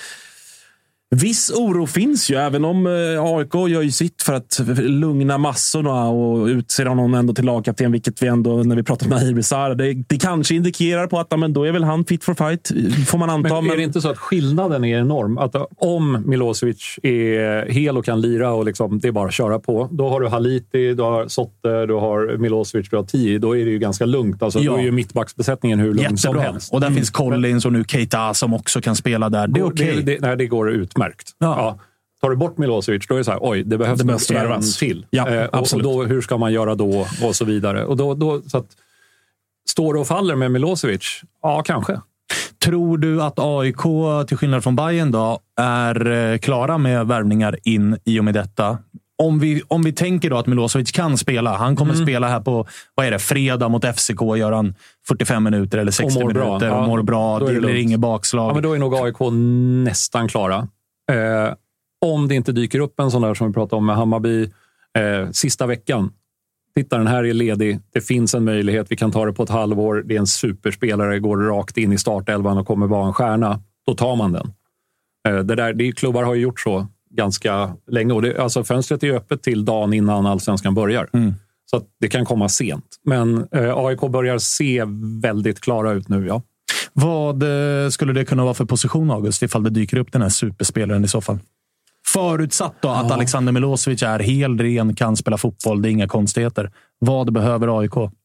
viss oro finns ju, även om A I K gör ju sitt för att lugna massorna och utser honom ändå till lagkapten, vilket vi ändå, när vi pratar med Nahir Besara, det, det kanske indikerar på att men då är väl han fit for fight, får man anta. Men är men... det inte så att skillnaden är enorm? Att om Milosevic är hel och kan lira och liksom, det är bara att köra på, då har du Haliti, du har Sotte, du har Milosevic, du har Tii, då är det ju ganska lugnt. Alltså, ja. Då är ju mittbacksbesättningen hur lugn som helst. Och där mm. finns Collins och nu Keita som också kan spela där. Det är okej. Okay. Det, det, nej, det går utmärkt. Ja. Ja. Tar du bort Milosevic, då är det så här, oj, det behövs det en till. Ja, eh, och, och då, hur ska man göra då? Och så vidare. Och då, då, så att, står det och faller med Milosevic? Ja, kanske. Tror du att A I K, till skillnad från Bayern då, är klara med värvningar in i och med detta? Om vi, om vi tänker då att Milosevic kan spela. Han kommer mm. spela här på, vad är det, fredag mot F C K. Gör han fyrtiofem minuter eller sextio och minuter bra. och mår bra. Ja, det blir inget bakslag. Ja, men då är nog A I K nästan klara. Eh, om det inte dyker upp en sån där som vi pratade om med Hammarby eh, sista veckan. Titta, den här är ledig. Det finns en möjlighet. Vi kan ta det på ett halvår. Det är en superspelare. Går rakt in i startelvan och kommer vara en stjärna. Då tar man den. Eh, det där, det, klubbar har ju gjort så ganska länge. Och det, alltså, fönstret är öppet till dagen innan allsvenskan börjar. Mm. Så att det kan komma sent. Men eh, A I K börjar se väldigt klara ut nu, ja. Vad eh, skulle det kunna vara för position, August, ifall det dyker upp den här superspelaren i så fall? Förutsatt då att ja. Alexander Milosevic är helt ren, kan spela fotboll, det är inga konstigheter. Vad behöver A I K?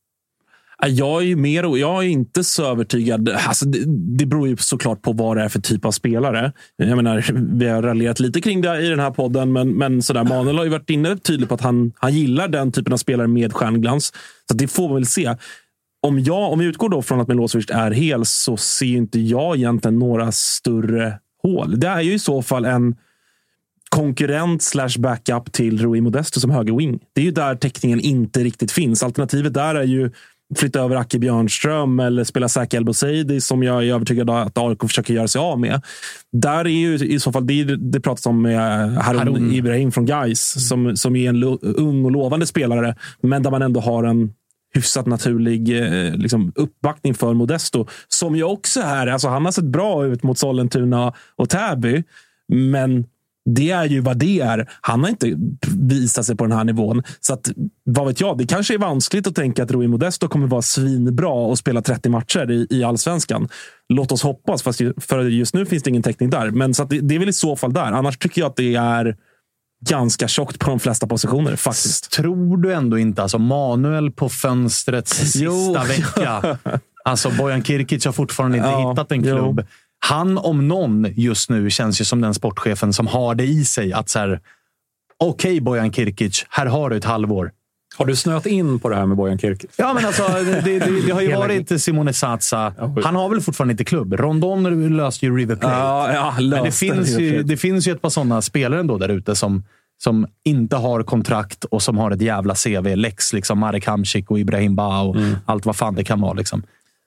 Jag är, mer, jag är inte så övertygad. Alltså det, det beror ju såklart på vad det är för typ av spelare. Jag menar, vi har raljerat lite kring det i den här podden, men, men sådär, Manuel har ju varit inne tydligt på att han, han gillar den typen av spelare med stjärnglans. Så det får vi väl se. Om, jag, om vi utgår då från att Milosevic är hel, så ser inte jag egentligen några större hål. Det är ju i så fall en konkurrent slash backup till Rui Modesto som höger wing. Det är ju där täckningen inte riktigt finns. Alternativet där är ju flytta över Aki Björnström eller spela Zaki El Bouzidi, som jag är övertygad att A I K försöker göra sig av med. Där är ju i så fall, det, det pratas om med Harun, Harun. Ibrahim från Gais mm. som, som är en lo, ung och lovande spelare, men där man ändå har en hyfsat naturlig eh, liksom uppbackning för Modesto, som ju också är, alltså han har sett bra ut mot Sollentuna och Täby, men det är ju vad det är. Han har inte visat sig på den här nivån. Så att, vad vet jag, det kanske är vanskligt att tänka att Rui Modesto kommer vara svinbra och spela trettio matcher i, i Allsvenskan. Låt oss hoppas, fast ju, för just nu finns det ingen täckning där. Men så att det, det är väl i så fall där. Annars tycker jag att det är ganska tjockt på de flesta positioner, faktiskt. Tror du ändå inte, alltså Manuel på fönstrets sista Jo. vecka. Alltså Bojan Kirkic har fortfarande inte Ja, hittat en klubb. jo. Han om någon just nu känns ju som den sportchefen som har det i sig. Att så här, okej okay, Bojan Kirkic, här har du ett halvår. Har du snöat in på det här med Bojan Kirkic? Ja, men alltså, det, det, det, det har ju varit Simone Satsa. Han har väl fortfarande inte klubb. Rondon löste ju River Plate. Ja, ja, men det finns, ju, det finns ju ett par sådana spelare ändå där ute som, som inte har kontrakt och som har ett jävla C V. Lex, liksom Marek Hamšík och Ibrahim Ba och mm. allt vad fan det kan vara. Liksom.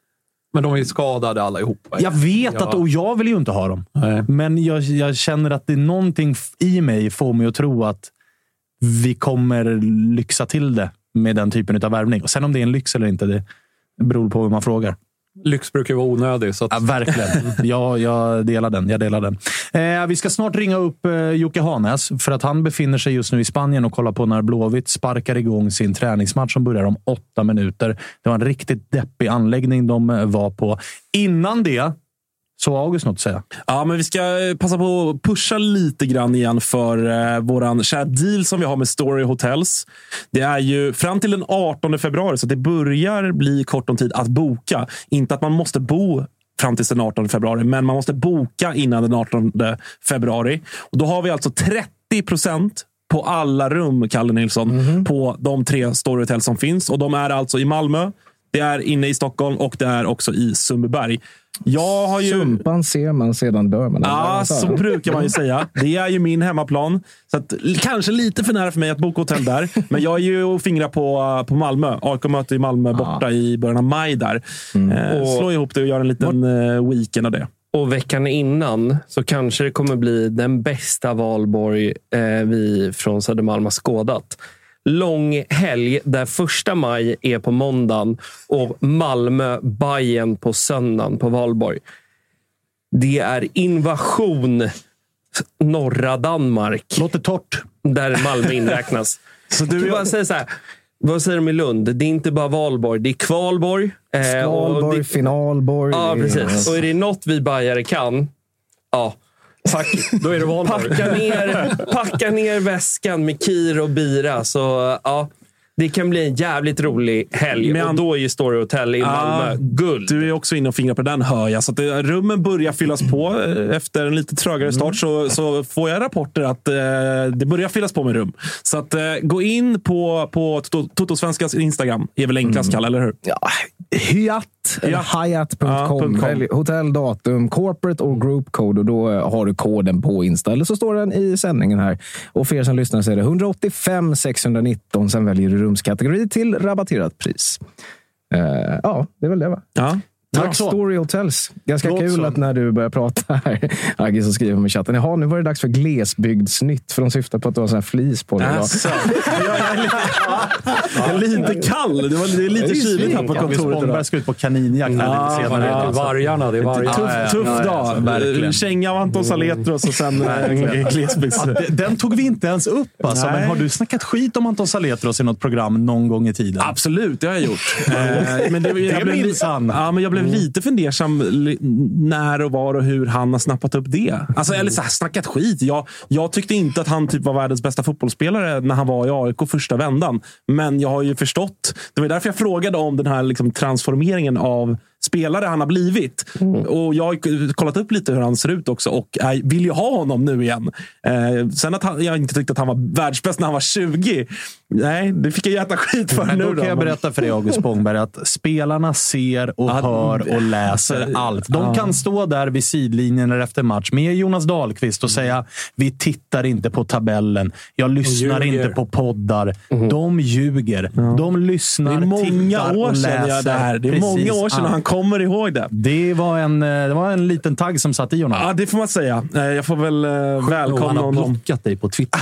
Men de är skadade allihopa. Jag vet ja. att, och jag vill ju inte ha dem. Nej. Men jag, jag känner att det är någonting i mig får mig att tro att vi kommer lyxa till det med den typen av värvning. Och sen om det är en lyx eller inte, det beror på hur man frågar. Lyx brukar vara onödig. Så att... ja, verkligen. Ja, jag delar den. Jag delar den. Eh, vi ska snart ringa upp eh, Jocke Hanäs för att han befinner sig just nu i Spanien och kollar på när Blåvitt sparkar igång sin träningsmatch som börjar om åtta minuter. Det var en riktigt deppig anläggning de var på. Innan det så har August något att säga. Ja, men vi ska passa på att pusha lite grann igen för eh, våran kära deal som vi har med Story Hotels. Det är ju fram till den artonde februari, så det börjar bli kort om tid att boka. Inte att man måste bo fram till den artonde februari, men man måste boka innan den artonde februari. Och då har vi alltså trettio procent på alla rum, Kalle Nilsson, mm-hmm. på de tre Story Hotels som finns. Och de är alltså i Malmö, det är inne i Stockholm och det är också i Sundbyberg. Jag har ju... Sumpan ser man, sedan dör man. Ja, så brukar man ju säga. Det är ju min hemmaplan. Så att, kanske lite för nära för mig att boka hotell där. Men jag är ju och fingrar på, på Malmö. A I K möter i Malmö borta i början av maj där. Mm. Eh, slå ihop det och göra en liten eh, weekend av det. Och veckan innan så kanske det kommer bli den bästa valborg eh, vi från Södermalm har skådat. Lång helg där första maj är på måndagen och Malmö-Bayern på söndagen på valborg. Det är invasion norra Danmark. Låter torrt. Där Malmö inräknas. Så du bara säger så här, vad säger de i Lund? Det är inte bara valborg, det är kvalborg. Skalborg, det... finalborg. Ja, precis. Och är det något vi bajare kan, ja, Pack, då är det packa, ner, packa ner väskan med kir och bira. Så ja, det kan bli en jävligt rolig helg. Men, och då är ju Story Hotel i Malmö ah, guld. Du är också inne och fingrar på den, hör jag. Så att det, rummen börjar fyllas på. Efter en lite trögare start mm. så, så får jag rapporter att eh, det börjar fyllas på med rum. Så att eh, gå in på, på Totosvenskans Instagram. Är väl enklast, mm. Kalle, eller hur? Ja, Hyatt, eller Hyatt punkt com. Ja, hotell, datum, corporate och group code. Och då har du koden på Insta. Eller så står den i sändningen här. Och för er som lyssnar så är det ett åtta fem sex ett nio. Sen väljer du rumskategori till rabatterat pris. Uh, ja, det är väl det, va? Ja. Tack så. Story Hotels. Ganska Låt kul så. Att när du börjar prata här, Agge, så skriver med chatten. Jaha, nu var det dags för glesbygdsnytt. För de syftar på att du har sån här flis på dig. Alltså. Jag är lite, ja, lite kall. Det, var, det är lite kyligt här på kontoret. Spångberg ska ut på kaninjakt ja, lite senare. Ja, vargarna, det är vargarna. Tuff, tuff ja, ja, dag. Ja, Känga av Anton Saletros och sen glesbygds... Ja, den tog vi inte ens upp. Alltså. Men har du snackat skit om Anton Saletros i något program någon gång i tiden? Absolut, det har jag gjort. men det, det jag blev, minns han. Ja, men jag blev lite fundersam när och var och hur han har snappat upp det. Alltså, eller så här, snackat skit. Jag, jag tyckte inte att han typ var världens bästa fotbollsspelare när han var i A I K första vändan. Men jag har ju förstått. Det var därför jag frågade om den här liksom, transformeringen av spelare han har blivit. Mm. Och jag har kollat upp lite hur han ser ut också och jag vill ju ha honom nu igen. Eh, sen att han, jag inte tyckte att han var världsbäst när han var tjugo. Nej, det fick jag äta skit för. Men nu då kan då. jag berätta för dig, August Spångberg, att spelarna ser och ja, hör och läser allt. De ja. kan stå där vid sidlinjen eller efter match med Jonas Dahlqvist och säga, vi tittar inte på tabellen. Jag lyssnar inte på poddar. Mm. De ljuger. Ja. De lyssnar, det är många år sedan jag det här. Det är många år sedan allt. Han kommer ihåg det. Det var en, det var en liten tagg som satt i honom. Ja, det får man säga. Jag får väl uh, välkomna honom. Han har blockat dig på Twitter.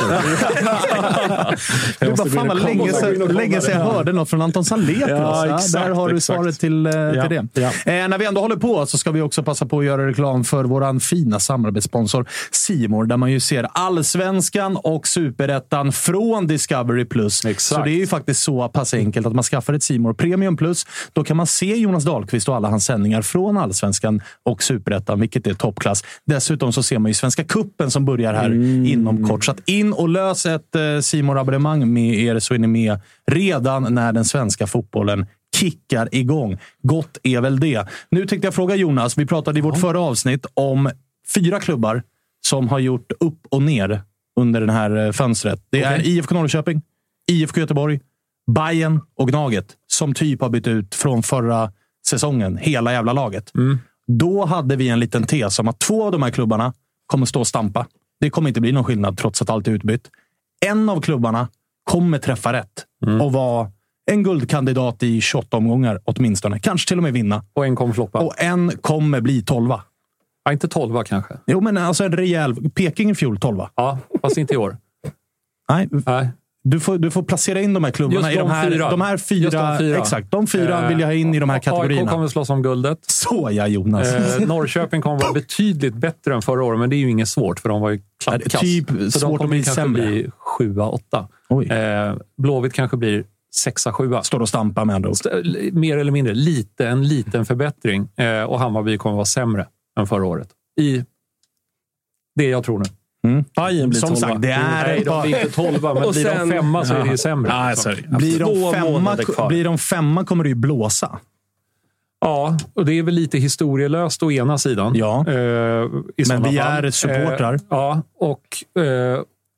Det var fan vad länge sedan, länge sedan jag hörde något från Anton Saletros. Ja, ja, där har du exakt. svaret till, uh, ja, till det. Ja. Eh, när vi ändå håller på så ska vi också passa på att göra reklam för våran fina samarbetssponsor C More, där man ju ser Allsvenskan och Superettan från Discovery Plus. Exakt. Så det är ju faktiskt så pass enkelt att man skaffar ett C More Premium Plus. Då kan man se Jonas Dahlqvist och alla hans sändningar från Allsvenskan och Superettan, vilket är toppklass. Dessutom så ser man ju Svenska Cupen som börjar här mm. inom kort. Så att in och lös ett uh, C More-abonnemang med er, så är ni med redan när den svenska fotbollen kickar igång. Gott är väl det. Nu tänkte jag fråga Jonas, vi pratade i vårt ja. förra avsnitt om fyra klubbar som har gjort upp och ner under den här fönstret. Det är okay. I F K Norrköping, I F K Göteborg, Bayern och Gnaget som typ har bytt ut från förra säsongen. Hela jävla laget. Mm. Då hade vi en liten tes om att två av de här klubbarna kommer stå och stampa. Det kommer inte bli någon skillnad trots att allt är utbytt. En av klubbarna kommer träffa rätt mm. och vara en guldkandidat i tjugoåtta omgångar åtminstone. Kanske till och med vinna. Och en kommer floppa. Och en kommer bli tolva. Ja, inte tolva kanske. Jo, men alltså en rejäl... Peking i fjol tolva. Ja, fast inte i år. Nej. Nej. Du får, du får placera in de här klubbarna de i de här fyra. De här fyra, de fyra. Exakt, de fyra eh, vill jag ha in i de här kategorierna. A I K kommer slåss om guldet. Så ja, Jonas. Eh, Norrköping kommer vara betydligt bättre än förra året, men det är ju inget svårt för de var ju klappkass. Typ så svårt de kommer att bli kanske sämre. bli sjua, åtta. Eh, Blåvitt kanske blir sexa, sjua. Står och stampar med ändå. St- mer eller mindre. Lite, en liten förbättring. Eh, och Hammarby kommer vara sämre än förra året. I det jag tror nu. Mm. Bayern blir som tolva. sagt, det är Nej, de blir inte tolva, men blir sen, de femma så är det ju sämre. Ja, sorry. Blir, de femma, blir de femma kommer det ju blåsa. Ja, och det är väl lite historielöst å ena sidan. Ja, eh, i men vi fall. är supportrar. Eh, ja, och eh,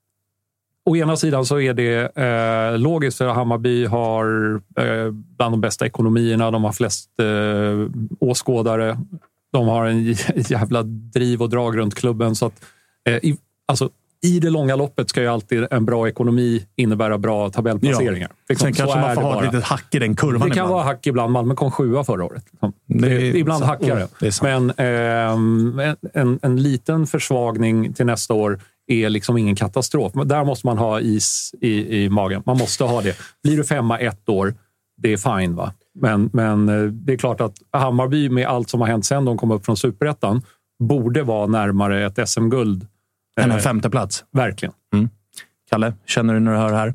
å ena sidan så är det eh, logiskt för Hammarby har eh, bland de bästa ekonomierna, de har flest eh, åskådare, de har en jävla driv och drag runt klubben, så att eh, i, alltså, i det långa loppet ska ju alltid en bra ekonomi innebära bra tabellplaceringar. Ja. Sen kanske man får ha ett litet hack i den kurvan. Det kan ibland. vara hack ibland. Malmö kom sjua förra året. Det, det är, ibland hackar det. det Men eh, en, en liten försvagning till nästa år är liksom ingen katastrof. Där måste man ha is i, i magen. Man måste ha det. Blir du femma ett år, det är fine, va? Men, men det är klart att Hammarby med allt som har hänt sen de kom upp från Superettan borde vara närmare ett S M-guld. Än en femte plats. Verkligen. Mm. Kalle, känner du när du hör det här?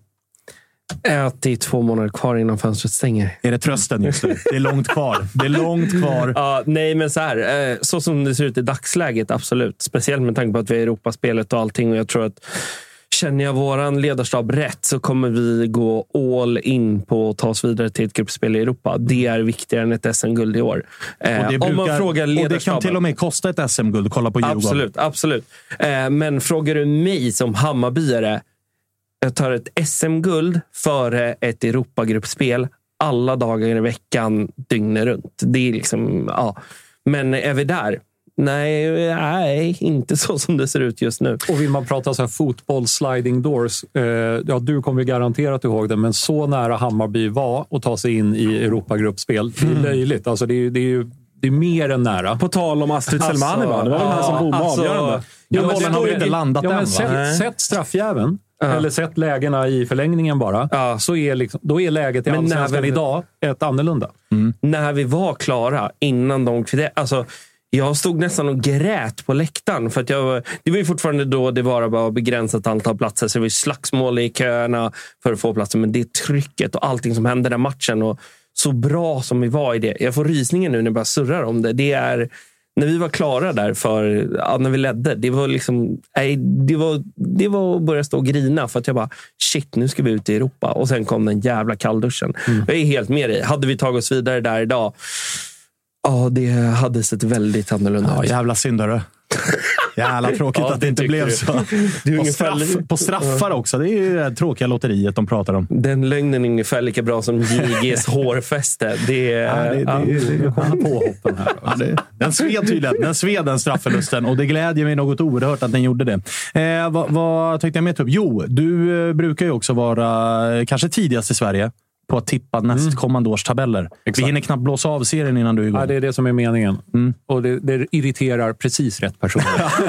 Att det är två månader kvar innan fönstret stänger. Är det trösten just nu? Det är långt kvar. Det är långt kvar. Ja, nej, men så här. Så som det ser ut i dagsläget, absolut. Speciellt med tanke på att vi är i Europaspelet och allting. Och jag tror att känner jag våran ledarstab rätt så kommer vi gå all in på att ta oss vidare till ett gruppspel i Europa. Det är viktigare än ett S M-guld i år. Och det, brukar, Om man frågar ledarstaben, och det kan till och med kosta ett S M-guld. Kolla på Djurgården. Absolut, absolut. Men frågar du mig som Hammarbyare, jag tar ett S M-guld före ett Europagruppspel alla dagar i veckan, dygnet runt. Det är liksom, ja. Men är vi där? Nej, nej, inte så som det ser ut just nu. Och vill man prata så här fotboll, sliding doors, eh, ja, du kommer garanterat ihåg det, men så nära Hammarby var att ta sig in i Europagruppspel. Det är mm. löjligt. Alltså det är, det är ju det är mer än nära. På tal om Astrid alltså, Selmani, va? Det var väl ja, han som bom alltså, avgörande. Ja, men bollen har väl inte landat ja, än, men va? Sätt, sätt straffjäveln. Uh-huh. Eller sett lägena i förlängningen bara. Uh. Så är liksom, då är läget i Allsvenskan vi, idag ett annorlunda. Mm. När vi var klara innan de... Alltså, jag stod nästan och grät på läktaren. För att jag, det var ju fortfarande då det var bara begränsat antal platser. Så det var ju slagsmål i köerna för att få platser. Men det är trycket och allting som hände den matchen. Och så bra som vi var i det. Jag får rysningen nu när jag bara surrar om det. Det är... När vi var klara där för, ja, när vi ledde, det var liksom, nej, det var, det var att börja stå och grina för att jag bara, shit, nu ska vi ut i Europa. Och sen kom den jävla kallduschen. Mm. Jag är helt med dig. Hade vi tagit oss vidare där idag, ja, det hade sett väldigt annorlunda ut. Ja, jävla syndare. Jävla tråkigt ja, att det inte blev du. så. På, straff, på straffar också. Det är ju det tråkiga lotteriet de pratar om. Den lögnen är ungefär lika bra som J G:s hårfäste. Det är... Ja, det, ja. det, det, det kommer påhoppen här. Ja, det, den sved tydligen. Den sved den strafförlusten. Och det glädjer mig något oerhört att den gjorde det. Eh, vad, vad tänkte jag med upp? Jo, du brukar ju också vara kanske tidigast i Sverige på att tippa nästkommande års tabeller. Exakt. Vi hinner knappt blåsa av serien innan du är igång. Ja, det är det som är meningen. Mm. Och det, det irriterar precis rätt personer.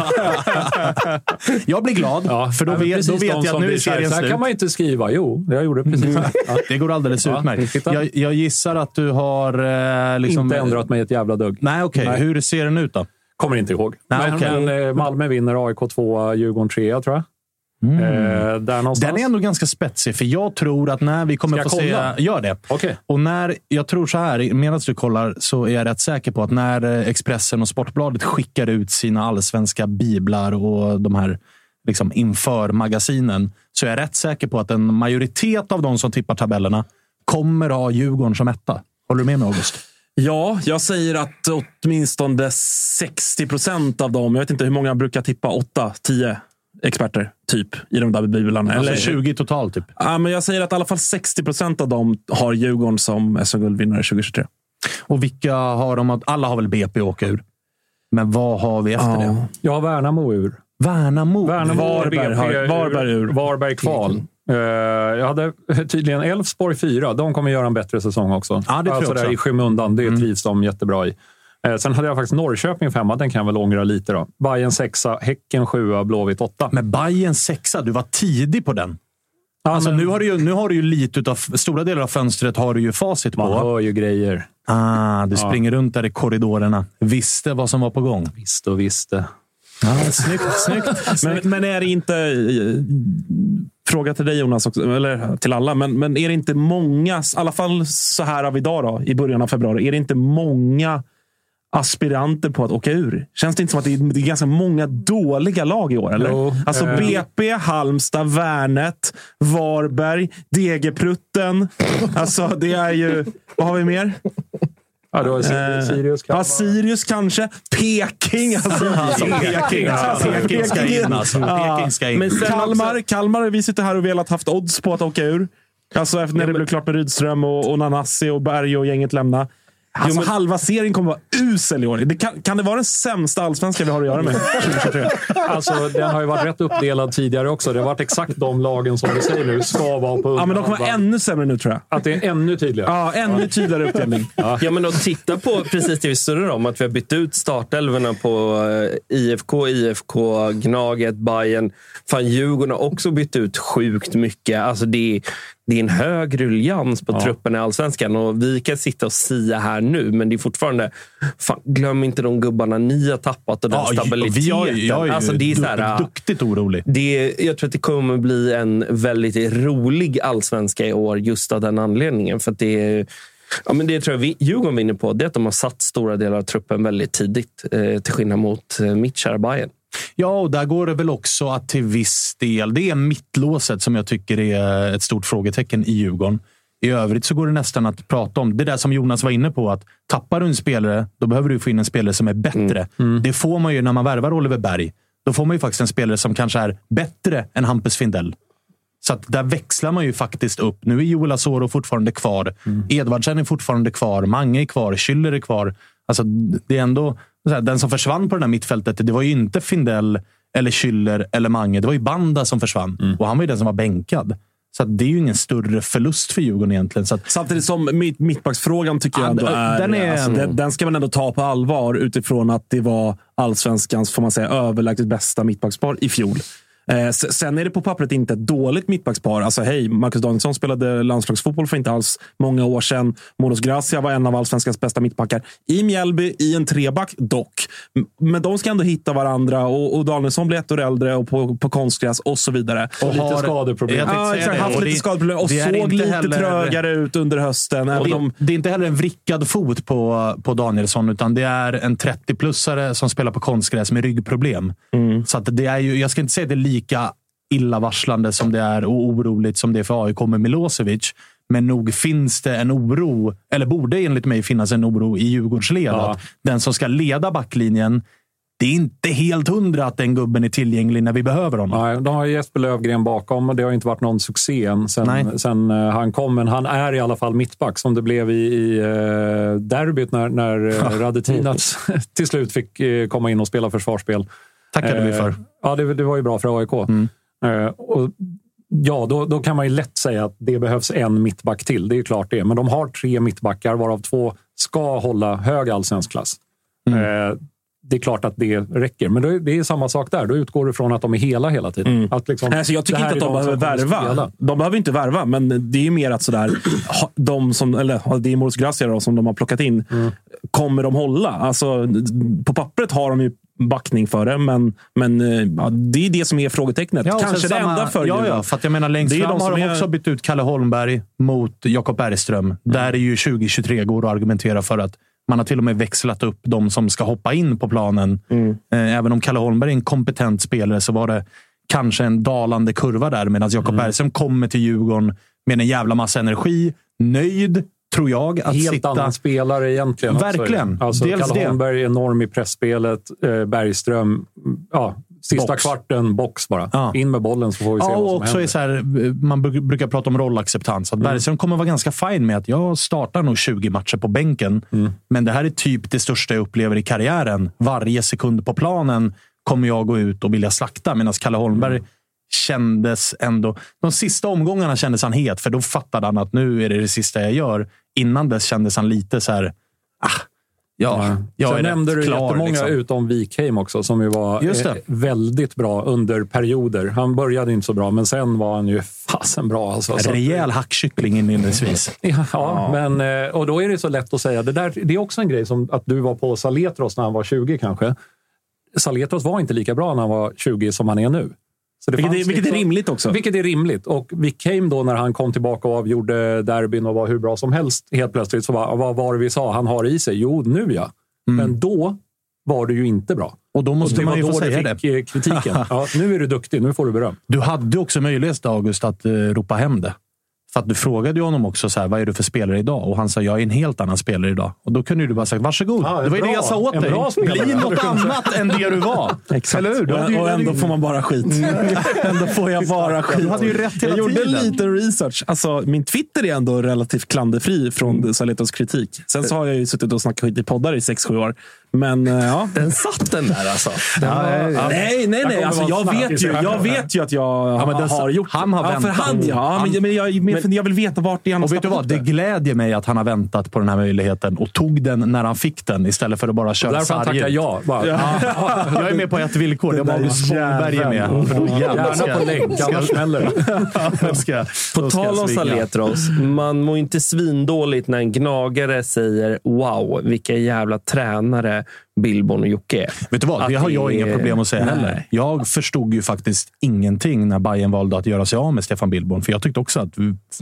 Jag blir glad, ja, för då vet, då vet jag att nu är serien slut. Så kan man inte skriva. Jo, jag gjorde precis. Mm. Ja. Det går alldeles ja, utmärkt. Jag, jag gissar att du har... Eh, liksom, inte ändrat mig ett jävla dugg. Nej, okej. Okay. Hur ser den ut då? Kommer inte ihåg. Nej, men, okay. men Malmö vinner, A I K två, Djurgården tre, tror jag. Mm. Eh, där den är ändå ganska spetsig, för jag tror att när vi kommer få se... Gör det. Okay. Och när, jag tror så här, medan du kollar så är jag rätt säker på att när Expressen och Sportbladet skickar ut sina allsvenska biblar och de här liksom inför magasinen, så är jag rätt säker på att en majoritet av de som tippar tabellerna kommer ha Djurgården som etta. Håller du med mig, August? Ja, jag säger att åtminstone sextio procent av dem, jag vet inte hur många brukar tippa, åtta, tio experter typ i de där biblarna. Alltså eller tjugo totalt typ. Ja, men jag säger att i alla fall sextio procent av dem har Djurgården som S M-guldvinnare tjugohundratjugotre. Och vilka har de? Alla har väl B P åka ur. Men vad har vi efter ja. det? Jag har Värnamo ur. Värnamo? Värnamo Varberg, har, Varberg ur. Varberg kval. Uh, jag hade tydligen Elfsborg fyra. De kommer göra en bättre säsong också. Ja, det tror alltså jag också. Där i skymundan. Det mm. trivs de jättebra i. Uh, sen hade jag faktiskt Norrköping femma. Den kan jag väl ångra lite då. Bayern sexa, Häcken sjua, Blåvitt åtta. Men Bayern sexa, du var tidig på den. Ja, alltså, men... nu, har du ju, nu har du ju lite utav, stora delar av fönstret har du ju facit på. Man hör ju grejer. Ah, du ja. springer runt där i korridorerna. Visste vad som var på gång. Visste och visste. Ja, snyggt, snyggt. Men, men är det inte... Fråga till dig, Jonas, också, eller till alla. Men, men är det inte många, i alla fall så här av idag då, i början av februari, är det inte många aspiranter på att åka ur? Känns det inte som att det är, det är ganska många dåliga lag i år, eller? Jo, alltså äh... B P, Halmstad, Värnet, Varberg, Degerprutten. Alltså det är ju... Vad har vi mer? Ja, då är Sirius kanske. Ja, Sirius kanske. Peking. Alltså, alltså, Peking, alltså, Peking ska in. Alltså. Peking ska in. Men Kalmar, Kalmar, vi sitter här och velat haft odds på att åka ur. Alltså efter när det blev klart med Rydström och, och Nanasi och Berg och gänget lämna. Alltså, jo, men... halva serien kommer vara usel i år. Det kan, kan det vara den sämsta allsvenska vi har att göra med? Alltså, den har ju varit rätt uppdelad tidigare också. Det har varit exakt de lagen som vi säger nu ska vara på. Ja, men de kommer vara ännu sämre nu, tror jag. Att det är ännu tydligare. Ja, ännu ja. tydligare uppdelning. Ja. ja, men att titta på precis det vi surrar om. Att vi har bytt ut startelverna på I F K, I F K, Gnaget, Bayern. Fan, Djurgården har också bytt ut sjukt mycket. Alltså det är... Det är en hög ruljans på ja. truppen i Allsvenskan och vi kan sitta och sia här nu, men det är fortfarande fan, glöm inte de gubbarna ni har tappat och den ja, stabiliteten. Jag, jag är alltså, det är så här, duktigt orolig. Det, jag tror att det kommer bli en väldigt rolig Allsvenska i år just av den anledningen, för att det är ja, men det tror jag vi, Djurgården vinner på, det är att de har satt stora delar av truppen väldigt tidigt eh, till skillnad mot eh, mitt kära Bayern. Ja, och där går det väl också att till viss del, det är mittlåset som jag tycker är ett stort frågetecken i Djurgården. I övrigt så går det nästan att prata om det där som Jonas var inne på, att tappar du en spelare, då behöver du få in en spelare som är bättre. Mm. Mm. Det får man ju när man värvar Oliver Berg. Då får man ju faktiskt en spelare som kanske är bättre än Hampus Findell. Så att där växlar man ju faktiskt upp. Nu är Joel Asoro fortfarande kvar. Mm. Edvardsen är fortfarande kvar. Mange är kvar. Schüller är kvar. Alltså, det är ändå... Den som försvann på det här mittfältet, det var ju inte Findell eller Schüller eller Mange. Det var ju Banda som försvann. Mm. Och han var ju den som var bänkad. Så att det är ju ingen större förlust för Djurgården egentligen. Så att, samtidigt som mitt, mittbacksfrågan tycker jag ändå är... Den, är alltså, den, den ska man ändå ta på allvar utifrån att det var allsvenskans, får man säga, överlägset bästa mittbackspar i fjol. Eh, sen är det på pappret inte ett dåligt mittbackspar. Alltså hej, Marcus Danielsson spelade landslagsfotboll för inte alls många år sedan. Moros Gracia var en av allsvenskans bästa mittbackar i Mjällby i en treback dock. Men de ska ändå hitta varandra och, och Danielsson blir ett år äldre och på, på konstgräs och så vidare. Och, och lite har, skadeproblem. Ja, exakt, haft lite skadeproblem och såg lite heller, trögare ut under hösten. Det, de, det är inte heller en vrickad fot på, på Danielsson, utan det är en trettio-plussare som spelar på konstgräs med ryggproblem. Mm. Så att det är ju, jag ska inte säga att det är lika illavarslande som det är och oroligt som det är för A I K med Milosevic. Men nog finns det en oro, eller borde enligt mig finnas en oro i Djurgårdens led. Ja. Att den som ska leda backlinjen, det är inte helt hundra att den gubben är tillgänglig när vi behöver honom. Nej, de har Jesper Löfgren bakom och det har inte varit någon succé än sen, sen uh, han kom. Men han är i alla fall mittback som det blev i, i uh, derbyt när, när uh, Radetinac till slut fick uh, komma in och spela försvarsspel. Tackade uh, vi för. Ja, det, det var ju bra för A I K. Mm. Uh, och Ja, då, då kan man ju lätt säga att det behövs en mittback till. Det är klart det. Men de har tre mittbackar varav två ska hålla hög allsvensk klass. Mm. Eh, det är klart att det räcker. Men det, det är samma sak där. Då utgår du från att de är hela hela tiden. Mm. Att liksom, alltså jag tycker inte att de behöver värva. De behöver inte värva, men det är ju mer att sådär, de som, eller det är Moros Gracia som de har plockat in, mm. kommer de hålla? Alltså, på pappret har de ju backning för det, men, men ja, det är det som är frågetecknet. Ja, kanske det samma, enda för ja, ja, för att jag menar längst fram de har de är... också bytt ut Kalle Holmberg mot Jakob Bergström. Mm. Där är ju tjugo tjugotre går att argumentera för att man har till och med växlat upp de som ska hoppa in på planen. Mm. Eh, även om Kalle Holmberg är en kompetent spelare så var det kanske en dalande kurva där, medan Jakob mm. Bergström kommer till Djurgården med en jävla massa energi, nöjd, tror jag, att helt sitta... annan spelare egentligen. Verkligen. Alltså, Kalle det. Holmberg är enorm i pressspelet. Eh, Bergström, ja, sista box. kvarten, box bara. Ja. In med bollen så får vi se ja, vad som och också händer. Är så här, man brukar prata om rollacceptans. Att mm. Bergström kommer vara ganska fin med att jag startar nog tjugo matcher på bänken. Mm. Men det här är typ det största jag upplever i karriären. Varje sekund på planen kommer jag gå ut och vilja slakta. Medan Kalle Holmberg mm. kändes ändå... De sista omgångarna kändes han het, för då fattade han att nu är det det sista jag gör. Innan dess kändes han lite så här... Ah, ja, jag Sen är nämnde du klar, jättemånga liksom. Utom Wikheim också, som ju var eh, väldigt bra under perioder. Han började inte så bra, men sen var han ju fasen bra. Alltså. En rejäl hackkyckling inledningsvis. Ja, ja, men och då är det så lätt att säga. Det, där, det är också en grej som att du var på Saletros när han var tjugo kanske. Saletros var inte lika bra när han var tjugo som han är nu. Så det vilket, är, vilket liksom, är rimligt också. Vilket är rimligt. Och Wikheim då när han kom tillbaka och avgjorde derbyn och var hur bra som helst helt plötsligt så var, vad var det vi sa? Han har i sig. Jo, nu ja. Mm. Men då var du ju inte bra. Och då måste och man ju få säga det. Kritiken. Ja, nu är du duktig, nu får du beröm. Du hade också möjlighet, August, att uh, ropa hem det. För att du frågade ju honom också så här, vad är du för spelare idag? Och han sa, jag är en helt annan spelare idag. Och då kunde du bara sagt, varsågod. Ja, det var ju det jag sa åt dig. Bli något annat än det du var. Exakt. Eller hur? Och, ju, och ändå får man bara skit. ändå får jag bara skit. Du hade ju rätt hela jag tiden. gjorde lite research. Alltså, min Twitter är ändå relativt klanderfri från mm. Saletos kritik. Sen så har jag ju suttit och snackat skit i poddar i sex sju år. Men ja. Den satt den där alltså. Den ja, var, ja. Nej, nej, nej. Alltså, jag, vet ju, jag vet ju att jag ja, har, har gjort... Han har ja, väntat. För han, ja, men, men, jag, men, men jag vill veta vart det är han och vet du vad? Det glädjer mig att han har väntat på den här möjligheten och tog den när han fick den istället för att bara köra därför sargen. Därför han tackar ja. ja. Jag är med på ett villkor. Det var August Spångberg med. För då gärna ska, på länk, annars smäller det. På tal om Saletros, man mår inte svindåligt när en gnagare säger wow, vilka jävla tränare Billborn och Jocke är. Vet du vad? Det har jag inga problem att säga nej. heller. Jag förstod ju faktiskt ingenting när Bayern valde att göra sig av med Stefan Billborn. För jag tyckte också att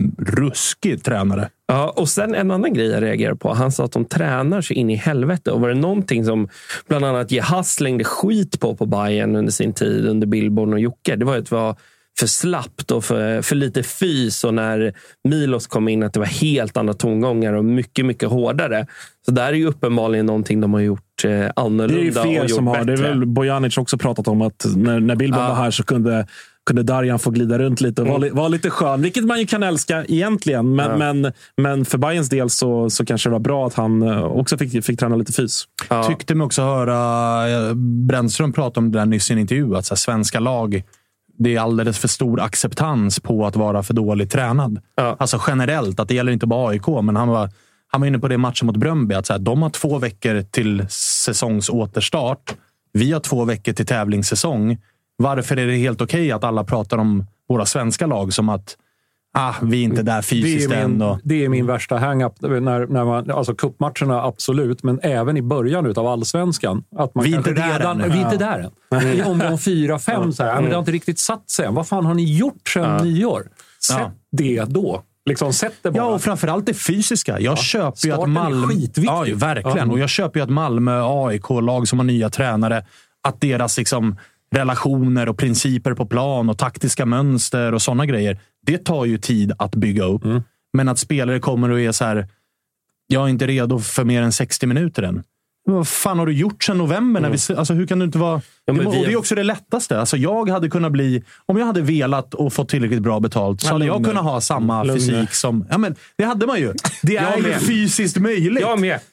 ruskig tränare. Ja, och sen en annan grej jag reagerar på. Han sa att de tränar sig in i helvete. Och var det någonting som bland annat Jeahze slängde skit på på Bayern under sin tid under Billborn och Jocke. Det var ju att det var för slappt och för, för lite fys, och när Milos kom in att det var helt andra tongångar och mycket, mycket hårdare. Så där är ju uppenbarligen någonting de har gjort eh, annorlunda. Det är ju fler och som har. bättre. Det är väl Bojanic också pratat om att när, när Billborn ah. var här så kunde kunde Darjan få glida runt lite och mm. vara, vara lite skön, vilket man ju kan älska egentligen, men, ja. men, men för Bayerns del så, så kanske det var bra att han också fick, fick träna lite fys. Ja. Tyckte mig också höra Brännström prata om det där nyss i en intervju, att så här, svenska lag, det är alldeles för stor acceptans på att vara för dåligt tränad. Ja. Alltså generellt, att det gäller inte bara A I K, men han var, han var inne på det matchen mot Bröndby, att så här, de har två veckor till säsongsåterstart. Vi har två veckor till tävlingssäsong. Varför är det helt okej okay att alla pratar om våra svenska lag som att ah, vi är inte där fysiskt det är min, än? Och... Det är min värsta hang-up. När, när man, alltså cupmatcherna absolut, men även i början av allsvenskan. Att man vi är inte där redan, än. Vi är inte där än. I omgång fyra, fem så här, men det har inte riktigt satt sig än. Vad fan har ni gjort sedan ja. nyår? Sätt ja. det då. Liksom, sätt det bara. Ja, och framförallt det fysiska. Jag ja. köper ju att Malmö... Ja, verkligen. Ja. Och jag köper ju att Malmö A I K-lag som har nya tränare, att deras liksom relationer och principer på plan och taktiska mönster och sådana grejer, det tar ju tid att bygga upp. Mm. Men att spelare kommer och är så här, jag är inte redo för mer än sextio minuter än. Vad fan har du gjort sedan november? När mm. vi, alltså, hur kan du inte vara... Ja, det, och det är också det lättaste. Alltså, jag hade kunnat bli... Om jag hade velat och fått tillräckligt bra betalt så ja, hade jag kunnat ha samma Lugner. fysik som... Ja, men det hade man ju. Det är ju fysiskt möjligt. Jag med.